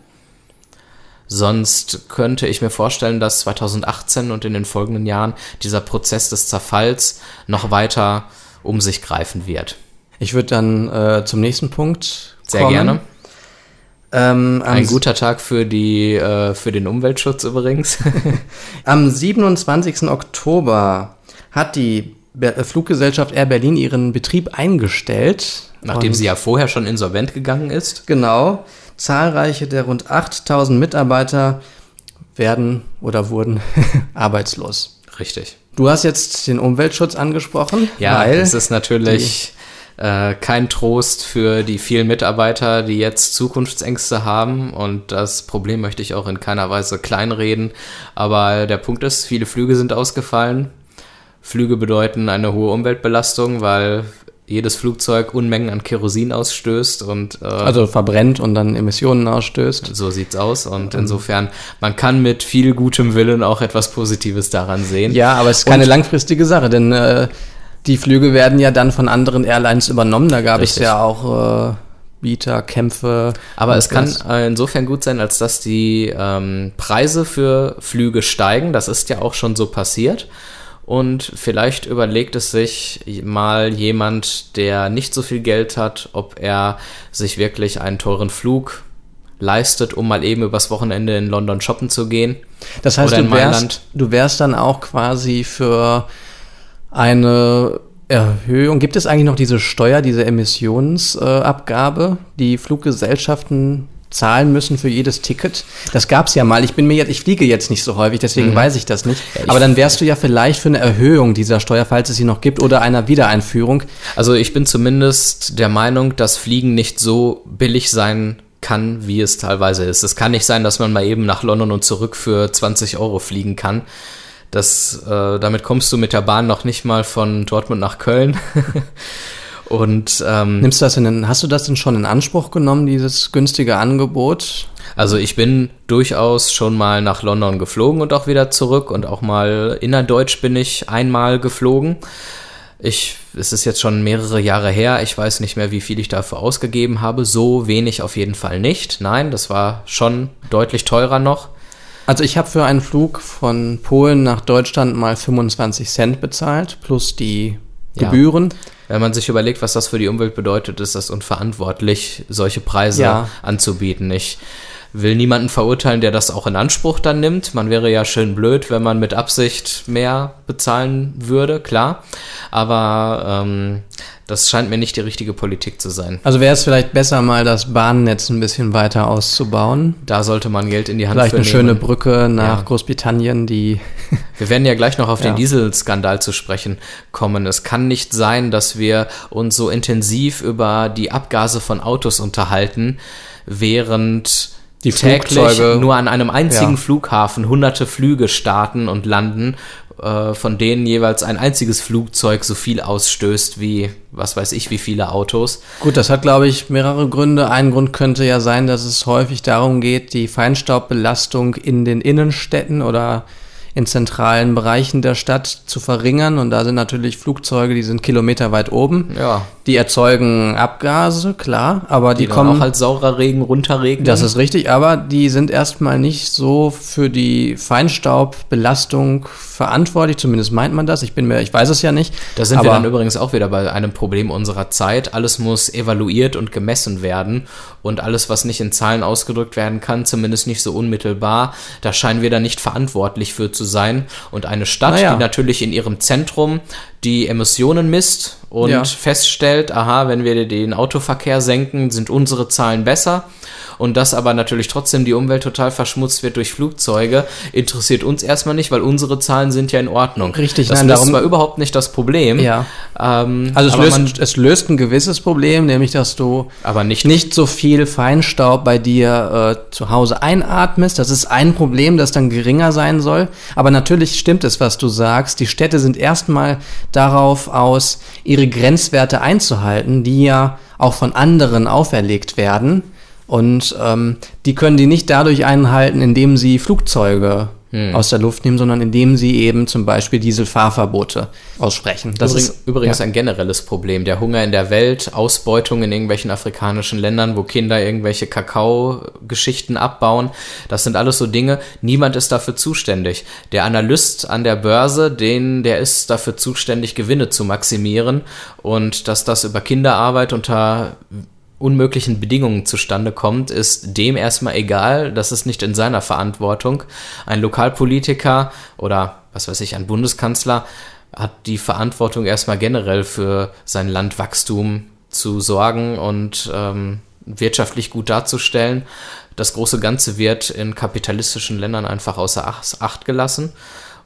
Sonst könnte ich mir vorstellen, dass zweitausendachtzehn und in den folgenden Jahren dieser Prozess des Zerfalls noch weiter um sich greifen wird. Ich würde dann äh, zum nächsten Punkt Sehr kommen. gerne. Ähm, Ein guter Tag für die äh, für den Umweltschutz übrigens. Am siebenundzwanzigsten Oktober hat die Be- Fluggesellschaft Air Berlin ihren Betrieb eingestellt. Nachdem sie ja vorher schon insolvent gegangen ist. Genau. Zahlreiche der rund achttausend Mitarbeiter werden oder wurden arbeitslos. Richtig. Du hast jetzt den Umweltschutz angesprochen. Ja, weil es ist natürlich äh, kein Trost für die vielen Mitarbeiter, die jetzt Zukunftsängste haben. Und das Problem möchte ich auch in keiner Weise kleinreden. Aber der Punkt ist, viele Flüge sind ausgefallen. Flüge bedeuten eine hohe Umweltbelastung, weil jedes Flugzeug Unmengen an Kerosin ausstößt und äh, also verbrennt und dann Emissionen ausstößt. So sieht's aus und insofern, man kann mit viel gutem Willen auch etwas Positives daran sehen. Ja, aber es ist keine und, langfristige Sache, denn äh, die Flüge werden ja dann von anderen Airlines übernommen, da gab es ja auch äh, Bieterkämpfe. Aber es kann äh, insofern gut sein, als dass die ähm, Preise für Flüge steigen, das ist ja auch schon so passiert. Und vielleicht überlegt es sich mal jemand, der nicht so viel Geld hat, ob er sich wirklich einen teuren Flug leistet, um mal eben übers Wochenende in London shoppen zu gehen. Das heißt, du wärst, du wärst dann auch quasi für eine Erhöhung. Gibt es eigentlich noch diese Steuer, diese Emissionsabgabe, äh, die Fluggesellschaften zahlen müssen für jedes Ticket? Das gab's ja mal. Ich bin mir jetzt, ich fliege jetzt nicht so häufig, deswegen mhm. weiß ich das nicht. Ja, aber dann wärst du ja vielleicht für eine Erhöhung dieser Steuer, falls es sie noch gibt, oder einer Wiedereinführung. Also ich bin zumindest der Meinung, dass Fliegen nicht so billig sein kann, wie es teilweise ist. Es kann nicht sein, dass man mal eben nach London und zurück für zwanzig Euro fliegen kann. Das, äh, damit kommst du mit der Bahn noch nicht mal von Dortmund nach Köln. Und ähm, nimmst du das in den, hast du das denn schon in Anspruch genommen, dieses günstige Angebot? Also ich bin durchaus schon mal nach London geflogen und auch wieder zurück und auch mal innerdeutsch bin ich einmal geflogen. Ich, es ist jetzt schon mehrere Jahre her, ich weiß nicht mehr, wie viel ich dafür ausgegeben habe, so wenig auf jeden Fall nicht. Nein, das war schon deutlich teurer noch. Also ich habe für einen Flug von Polen nach Deutschland mal fünfundzwanzig Cent bezahlt, plus die Gebühren. Ja. Wenn man sich überlegt, was das für die Umwelt bedeutet, ist das unverantwortlich, solche Preise ja. anzubieten. Ich will niemanden verurteilen, der das auch in Anspruch dann nimmt. Man wäre ja schön blöd, wenn man mit Absicht mehr bezahlen würde, klar. Aber ähm, das scheint mir nicht die richtige Politik zu sein. Also wäre es vielleicht besser, mal das Bahnnetz ein bisschen weiter auszubauen. Da sollte man Geld in die Hand vielleicht für eine nehmen. Schöne Brücke nach ja. Großbritannien, die... Wir werden ja gleich noch auf ja. den Dieselskandal zu sprechen kommen. Es kann nicht sein, dass wir uns so intensiv über die Abgase von Autos unterhalten, während die täglich Flugzeuge nur an einem einzigen ja. Flughafen hunderte Flüge starten und landen, äh, von denen jeweils ein einziges Flugzeug so viel ausstößt wie, was weiß ich, wie viele Autos. Gut, das hat, glaube ich, mehrere Gründe. Ein Grund könnte ja sein, dass es häufig darum geht, die Feinstaubbelastung in den Innenstädten oder in zentralen Bereichen der Stadt zu verringern. Und da sind natürlich Flugzeuge, die sind kilometerweit oben. Ja. Die erzeugen Abgase, klar, aber die, die kommen auch als saurer Regen runterregnen. Das ist richtig, aber die sind erstmal nicht so für die Feinstaubbelastung verantwortlich, zumindest meint man das. Ich bin mir, ich weiß es ja nicht. Da sind aber wir dann übrigens auch wieder bei einem Problem unserer Zeit. Alles muss evaluiert und gemessen werden und alles, was nicht in Zahlen ausgedrückt werden kann, zumindest nicht so unmittelbar, da scheinen wir dann nicht verantwortlich für zu sein. Und eine Stadt, naja. die natürlich in ihrem Zentrum die Emissionen misst und ja. feststellt, aha, wenn wir den Autoverkehr senken, sind unsere Zahlen besser. Und dass aber natürlich trotzdem die Umwelt total verschmutzt wird durch Flugzeuge, interessiert uns erstmal nicht, weil unsere Zahlen sind ja in Ordnung. Richtig, das nein, löst darum zwar überhaupt nicht das Problem. Ja. Ähm, also es aber löst, man, es löst ein gewisses Problem, nämlich dass du aber nicht, nicht so viel Feinstaub bei dir äh, zu Hause einatmest. Das ist ein Problem, das dann geringer sein soll. Aber natürlich stimmt es, was du sagst. Die Städte sind erstmal darauf aus, ihre Grenzwerte einzuhalten, die ja auch von anderen auferlegt werden. Und ähm, die können die nicht dadurch einhalten, indem sie Flugzeuge hm. aus der Luft nehmen, sondern indem sie eben zum Beispiel Dieselfahrverbote aussprechen. Das übrigens ist übrigens ja. ein generelles Problem. Der Hunger in der Welt, Ausbeutung in irgendwelchen afrikanischen Ländern, wo Kinder irgendwelche Kakao-Geschichten abbauen. Das sind alles so Dinge, niemand ist dafür zuständig. Der Analyst an der Börse, den, der ist dafür zuständig, Gewinne zu maximieren. Und dass das über Kinderarbeit unter unmöglichen Bedingungen zustande kommt, ist dem erstmal egal, das ist nicht in seiner Verantwortung. Ein Lokalpolitiker oder was weiß ich, ein Bundeskanzler hat die Verantwortung erstmal generell für sein Landwachstum zu sorgen und ähm, wirtschaftlich gut darzustellen. Das große Ganze wird in kapitalistischen Ländern einfach außer Acht gelassen.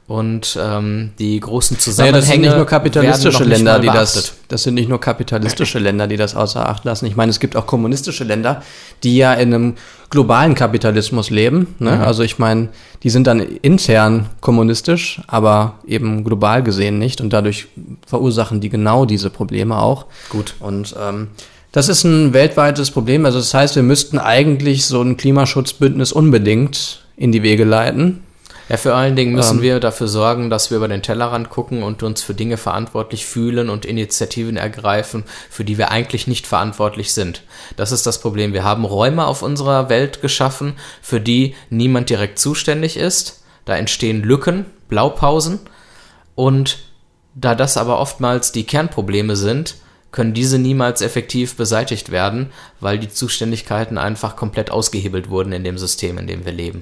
Und ähm, die großen Naja, Zusammenhänge das sind nicht nur kapitalistische werden noch nicht Länder, mal die das, beachtet. das sind nicht nur kapitalistische Länder, die das außer Acht lassen. Ich meine, es gibt auch kommunistische Länder, die ja in einem globalen Kapitalismus leben. Ne? Mhm. Also ich meine, die sind dann intern kommunistisch, aber eben global gesehen nicht. Und dadurch verursachen die genau diese Probleme auch. Gut. Und ähm, das ist ein weltweites Problem. Also das heißt, wir müssten eigentlich so ein Klimaschutzbündnis unbedingt in die Wege leiten. Ja, vor allen Dingen müssen Ähm. wir dafür sorgen, dass wir über den Tellerrand gucken und uns für Dinge verantwortlich fühlen und Initiativen ergreifen, für die wir eigentlich nicht verantwortlich sind. Das ist das Problem. Wir haben Räume auf unserer Welt geschaffen, für die niemand direkt zuständig ist. Da entstehen Lücken, Blaupausen. Und da das aber oftmals die Kernprobleme sind, können diese niemals effektiv beseitigt werden, weil die Zuständigkeiten einfach komplett ausgehebelt wurden in dem System, in dem wir leben.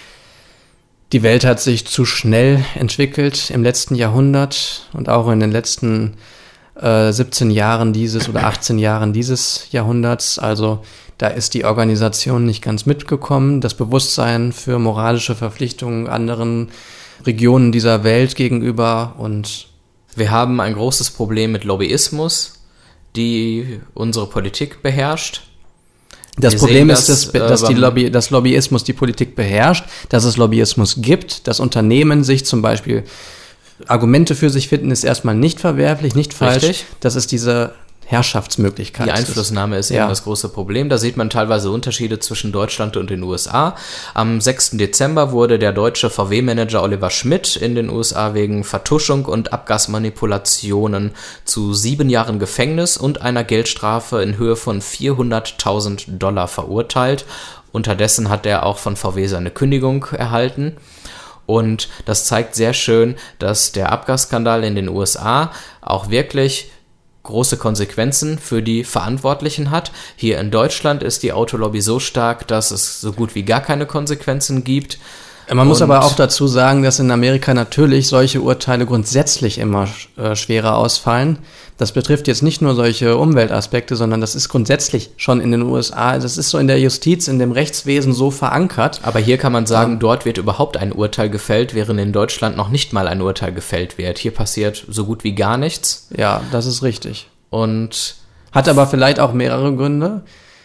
Die Welt hat sich zu schnell entwickelt im letzten Jahrhundert und auch in den letzten äh, siebzehn Jahren dieses oder achtzehn Jahren dieses Jahrhunderts. Also da ist die Organisation nicht ganz mitgekommen. Das Bewusstsein für moralische Verpflichtungen anderen Regionen dieser Welt gegenüber. Und wir haben ein großes Problem mit Lobbyismus, die unsere Politik beherrscht. Das Wir Problem sehen ist, das, dass, dass äh, die beim- Lobby, dass Lobbyismus die Politik beherrscht, dass es Lobbyismus gibt, dass Unternehmen sich zum Beispiel Argumente für sich finden, ist erstmal nicht verwerflich, nicht falsch. Richtig. Das ist diese Herrschaftsmöglichkeit. Die Einflussnahme ist Ja. eben das große Problem. Da sieht man teilweise Unterschiede zwischen Deutschland und den U S A. Am sechsten Dezember wurde der deutsche V W-Manager Oliver Schmidt in den U S A wegen Vertuschung und Abgasmanipulationen zu sieben Jahren Gefängnis und einer Geldstrafe in Höhe von vierhunderttausend Dollar verurteilt. Unterdessen hat er auch von V W seine Kündigung erhalten. Und das zeigt sehr schön, dass der Abgasskandal in den U S A auch wirklich große Konsequenzen für die Verantwortlichen hat. Hier in Deutschland ist die Autolobby so stark, dass es so gut wie gar keine Konsequenzen gibt. Man muss Und- aber auch dazu sagen, dass in Amerika natürlich solche Urteile grundsätzlich immer äh, schwerer ausfallen. Das betrifft jetzt nicht nur solche Umweltaspekte, sondern das ist grundsätzlich schon in den U S A, das ist so in der Justiz, in dem Rechtswesen so verankert. Aber hier kann man sagen, dort wird überhaupt ein Urteil gefällt, während in Deutschland noch nicht mal ein Urteil gefällt wird. Hier passiert so gut wie gar nichts. Ja, das ist richtig. Und Hat aber vielleicht auch mehrere Gründe,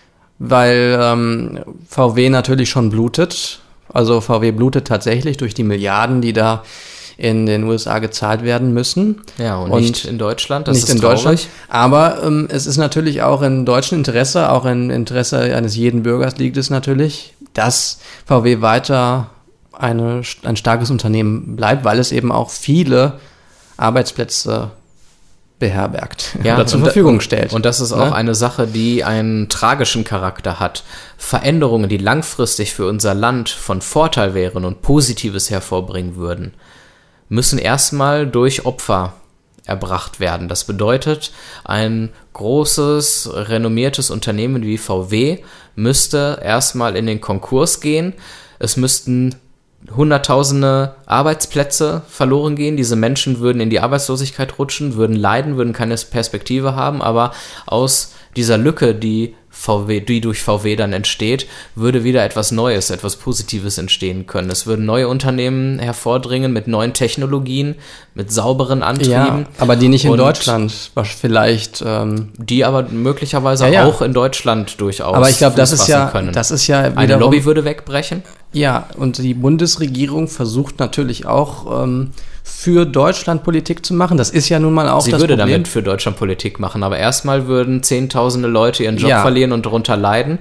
weil ähm, V W natürlich schon blutet. Also V W blutet tatsächlich durch die Milliarden, die da in den U S A gezahlt werden müssen. ja, und, Und nicht in Deutschland. Das nicht ist in traurig. Deutschland. Aber ähm, es ist natürlich auch in deutschem Interesse, auch im Interesse eines jeden Bürgers liegt es natürlich, dass V W weiter eine, ein starkes Unternehmen bleibt, weil es eben auch viele Arbeitsplätze beherbergt Ja, oder zur und da- Verfügung stellt. Und das ist Ne? auch eine Sache, die einen tragischen Charakter hat. Veränderungen, die langfristig für unser Land von Vorteil wären und Positives hervorbringen würden, müssen erstmal durch Opfer erbracht werden. Das bedeutet, ein großes, renommiertes Unternehmen wie V W müsste erstmal in den Konkurs gehen. Es müssten Hunderttausende Arbeitsplätze verloren gehen. Diese Menschen würden in die Arbeitslosigkeit rutschen, würden leiden, würden keine Perspektive haben, aber aus dieser Lücke, die V W, die durch V W dann entsteht, würde wieder etwas Neues, etwas Positives entstehen können. Es würden neue Unternehmen hervordringen mit neuen Technologien, mit sauberen Antrieben. Ja, aber die nicht in Und Deutschland, was vielleicht. Ähm, Die aber möglicherweise Ja, ja. auch in Deutschland durchaus aber ich glaube, das Fuß ist fassen ja, können. das ist ja Eine wiederum- Lobby würde wegbrechen. Ja, und die Bundesregierung versucht natürlich auch ähm, für Deutschland Politik zu machen. Das ist ja nun mal auch Sie das würde Problem. damit für Deutschland Politik machen, aber erstmal würden zehntausende Leute ihren Job Ja. verlieren und darunter leiden.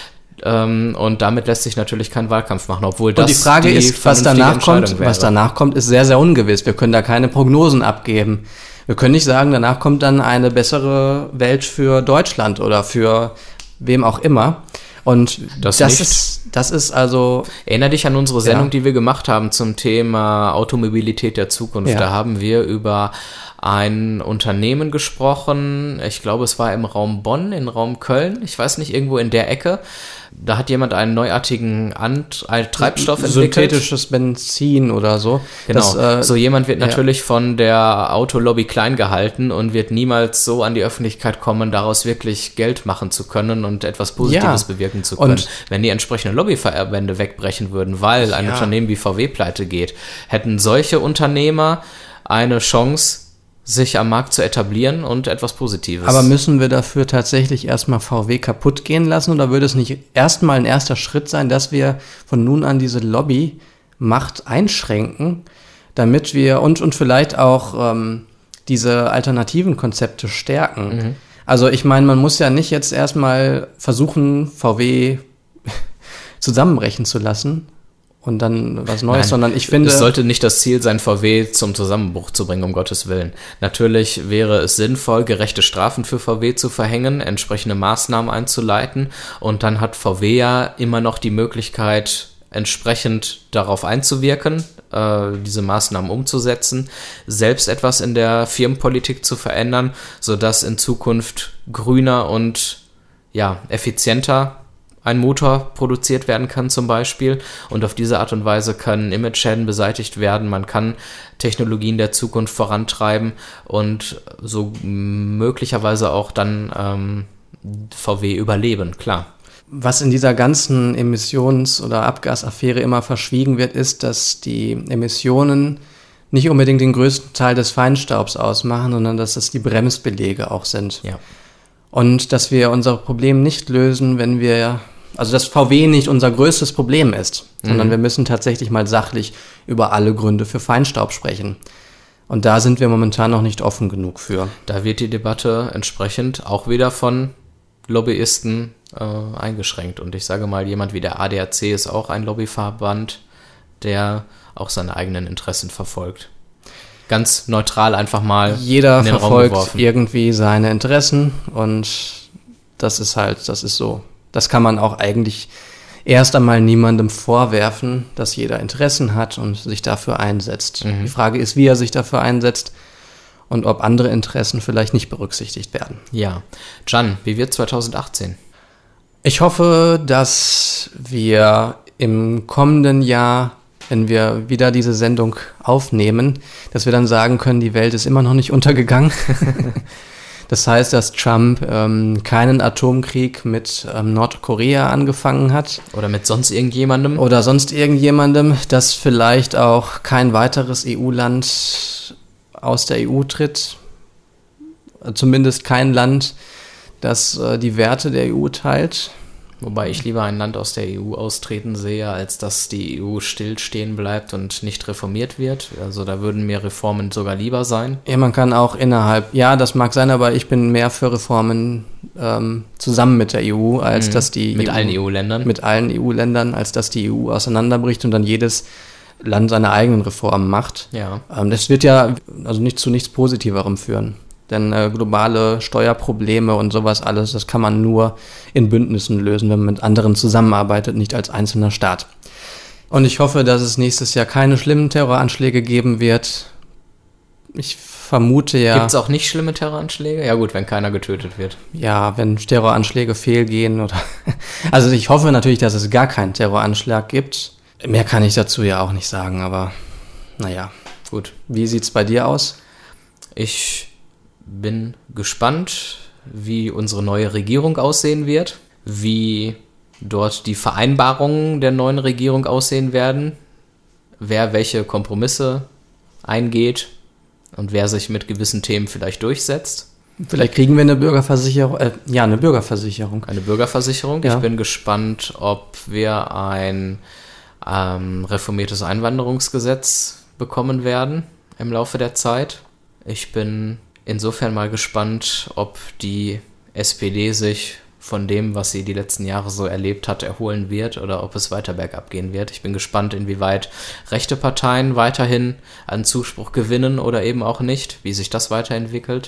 Ähm, und damit lässt sich natürlich kein Wahlkampf machen, obwohl das Und die Frage die ist, was vernünftige danach kommt, Entscheidung wäre. was danach kommt, ist sehr, sehr ungewiss. Wir können da keine Prognosen abgeben. Wir können nicht sagen, danach kommt dann eine bessere Welt für Deutschland oder für wem auch immer. Und Das das, nicht. ist, das ist also, Erinner dich an unsere Sendung, Ja. die wir gemacht haben zum Thema Automobilität der Zukunft. Ja. Da haben wir über ein Unternehmen gesprochen. Ich glaube, es war im Raum Bonn, im Raum Köln. Ich weiß nicht, irgendwo in der Ecke. Da hat jemand einen neuartigen Ant- einen Treibstoff entwickelt. synthetisches Benzin oder so. Genau, Das, äh, so jemand wird ja. natürlich von der Autolobby klein gehalten und wird niemals so an die Öffentlichkeit kommen, daraus wirklich Geld machen zu können und etwas Positives Ja. bewirken auftreten zu können. Und wenn die entsprechenden Lobbyverbände wegbrechen würden, weil ein ja. Unternehmen wie V W pleite geht, hätten solche Unternehmer eine Chance, sich am Markt zu etablieren und etwas Positives. Aber müssen wir dafür tatsächlich erstmal V W kaputt gehen lassen oder würde es nicht erstmal ein erster Schritt sein, dass wir von nun an diese Lobbymacht einschränken, damit wir und, und vielleicht auch ähm, diese alternativen Konzepte stärken? Mhm. Also ich meine, man muss ja nicht jetzt erstmal versuchen, V W zusammenbrechen zu lassen und dann was Neues, Nein, sondern ich finde... Es sollte nicht das Ziel sein, V W zum Zusammenbruch zu bringen, um Gottes Willen. Natürlich wäre es sinnvoll, gerechte Strafen für V W zu verhängen, entsprechende Maßnahmen einzuleiten und dann hat V W ja immer noch die Möglichkeit, entsprechend darauf einzuwirken, äh, diese Maßnahmen umzusetzen, selbst etwas in der Firmenpolitik zu verändern, sodass in Zukunft grüner und ja, effizienter ein Motor produziert werden kann zum Beispiel und auf diese Art und Weise können Imageschäden beseitigt werden, man kann Technologien der Zukunft vorantreiben und so möglicherweise auch dann ähm, V W überleben, klar. Was in dieser ganzen Emissions- oder Abgasaffäre immer verschwiegen wird, ist, dass die Emissionen nicht unbedingt den größten Teil des Feinstaubs ausmachen, sondern dass es die Bremsbeläge auch sind. Ja. Und dass wir unser Problem nicht lösen, wenn wir, also dass V W nicht unser größtes Problem ist, mhm. sondern wir müssen tatsächlich mal sachlich über alle Gründe für Feinstaub sprechen. Und da sind wir momentan noch nicht offen genug für. Da wird die Debatte entsprechend auch wieder von Lobbyisten äh, eingeschränkt. Und ich sage mal, jemand wie der A D A C ist auch ein Lobbyverband, der auch seine eigenen Interessen verfolgt. Ganz neutral einfach mal Jeder in den Raum verfolgt geworfen. irgendwie seine Interessen und das ist halt, das ist so. Das kann man auch eigentlich erst einmal niemandem vorwerfen, dass jeder Interessen hat und sich dafür einsetzt. Mhm. Die Frage ist, wie er sich dafür einsetzt und ob andere Interessen vielleicht nicht berücksichtigt werden. Ja. Can, wie wird zwanzig achtzehn? Ich hoffe, dass wir im kommenden Jahr, wenn wir wieder diese Sendung aufnehmen, dass wir dann sagen können, die Welt ist immer noch nicht untergegangen. Das heißt, dass Trump ähm, keinen Atomkrieg mit ähm, Nordkorea angefangen hat. Oder mit sonst irgendjemandem. Oder sonst irgendjemandem, dass vielleicht auch kein weiteres E U-Land aus der E U tritt. Zumindest kein Land, das äh, die Werte der E U teilt. Wobei ich lieber ein Land aus der E U austreten sehe, als dass die E U stillstehen bleibt und nicht reformiert wird. Also da würden mir Reformen sogar lieber sein. Ja, man kann auch innerhalb, ja, das mag sein, aber ich bin mehr für Reformen ähm, zusammen mit der E U, als mhm. dass die Mit E U, allen E U-Ländern? Mit allen E U-Ländern, als dass die E U auseinanderbricht und dann jedes Land seine eigenen Reformen macht. Ja. Ähm, das wird ja also nicht zu nichts Positiverem führen. Denn äh, globale Steuerprobleme und sowas alles, das kann man nur in Bündnissen lösen, wenn man mit anderen zusammenarbeitet, nicht als einzelner Staat. Und ich hoffe, dass es nächstes Jahr keine schlimmen Terroranschläge geben wird. Ich vermute ja... Gibt es auch nicht schlimme Terroranschläge? Ja gut, wenn keiner getötet wird. Ja, wenn Terroranschläge fehlgehen oder... Also ich hoffe natürlich, dass es gar keinen Terroranschlag gibt. Mehr kann ich dazu ja auch nicht sagen, aber naja. Gut. Wie sieht's bei dir aus? Ich bin gespannt, wie unsere neue Regierung aussehen wird, wie dort die Vereinbarungen der neuen Regierung aussehen werden, wer welche Kompromisse eingeht und wer sich mit gewissen Themen vielleicht durchsetzt. Vielleicht kriegen wir eine Bürgerversicherung, äh, ja, eine Bürgerversicherung. Eine Bürgerversicherung. Ja. Ich bin gespannt, ob wir ein ähm, reformiertes Einwanderungsgesetz bekommen werden im Laufe der Zeit. Ich bin insofern mal gespannt, ob die S P D sich von dem, was sie die letzten Jahre so erlebt hat, erholen wird oder ob es weiter bergab gehen wird. Ich bin gespannt, inwieweit rechte Parteien weiterhin an Zuspruch gewinnen oder eben auch nicht, wie sich das weiterentwickelt.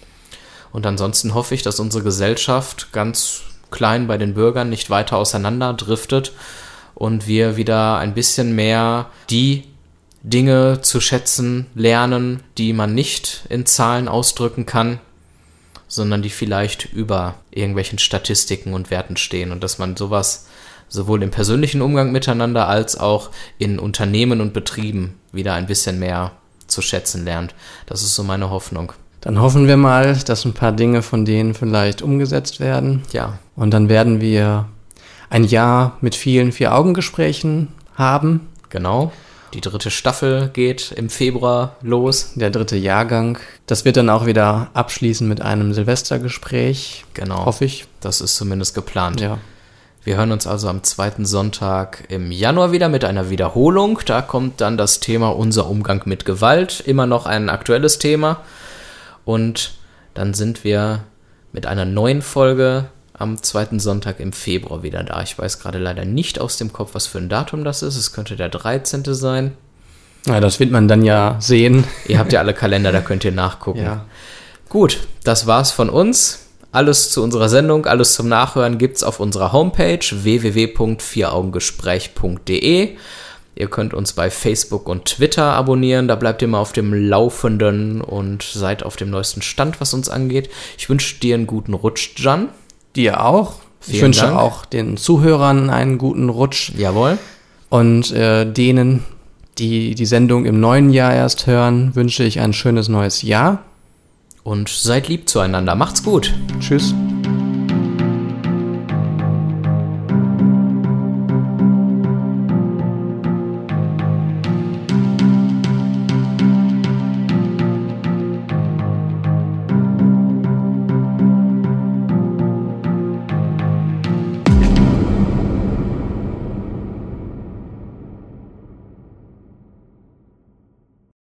Und ansonsten hoffe ich, dass unsere Gesellschaft ganz klein bei den Bürgern nicht weiter auseinanderdriftet und wir wieder ein bisschen mehr die Dinge zu schätzen lernen, die man nicht in Zahlen ausdrücken kann, sondern die vielleicht über irgendwelchen Statistiken und Werten stehen und dass man sowas sowohl im persönlichen Umgang miteinander als auch in Unternehmen und Betrieben wieder ein bisschen mehr zu schätzen lernt. Das ist so meine Hoffnung. Dann hoffen wir mal, dass ein paar Dinge von denen vielleicht umgesetzt werden. Ja. Und dann werden wir ein Jahr mit vielen Vier-Augen-Gesprächen haben. Genau. Die dritte Staffel geht im Februar los. Der dritte Jahrgang. Das wird dann auch wieder abschließen mit einem Silvestergespräch. Genau. Hoffe ich. Das ist zumindest geplant. Ja. Wir hören uns also am zweiten Sonntag im Januar wieder mit einer Wiederholung. Da kommt dann das Thema unser Umgang mit Gewalt. Immer noch ein aktuelles Thema. Und dann sind wir mit einer neuen Folge am zweiten Sonntag im Februar wieder da. Ich weiß gerade leider nicht aus dem Kopf, was für ein Datum das ist. Es könnte der dreizehnte sein. Ja, das wird man dann ja sehen. Ihr habt ja alle Kalender, da könnt ihr nachgucken. Ja. Gut, das war's von uns. Alles zu unserer Sendung, alles zum Nachhören gibt's auf unserer Homepage w w w punkt vieraugengespräch punkt d e. Ihr könnt uns bei Facebook und Twitter abonnieren, da bleibt ihr mal auf dem Laufenden und seid auf dem neuesten Stand, was uns angeht. Ich wünsche dir einen guten Rutsch, Jan. Dir auch. Vielen ich wünsche Dank. auch den Zuhörern einen guten Rutsch. Jawohl. Und äh, denen, die die Sendung im neuen Jahr erst hören, wünsche ich ein schönes neues Jahr. Und seid lieb zueinander. Macht's gut. Tschüss.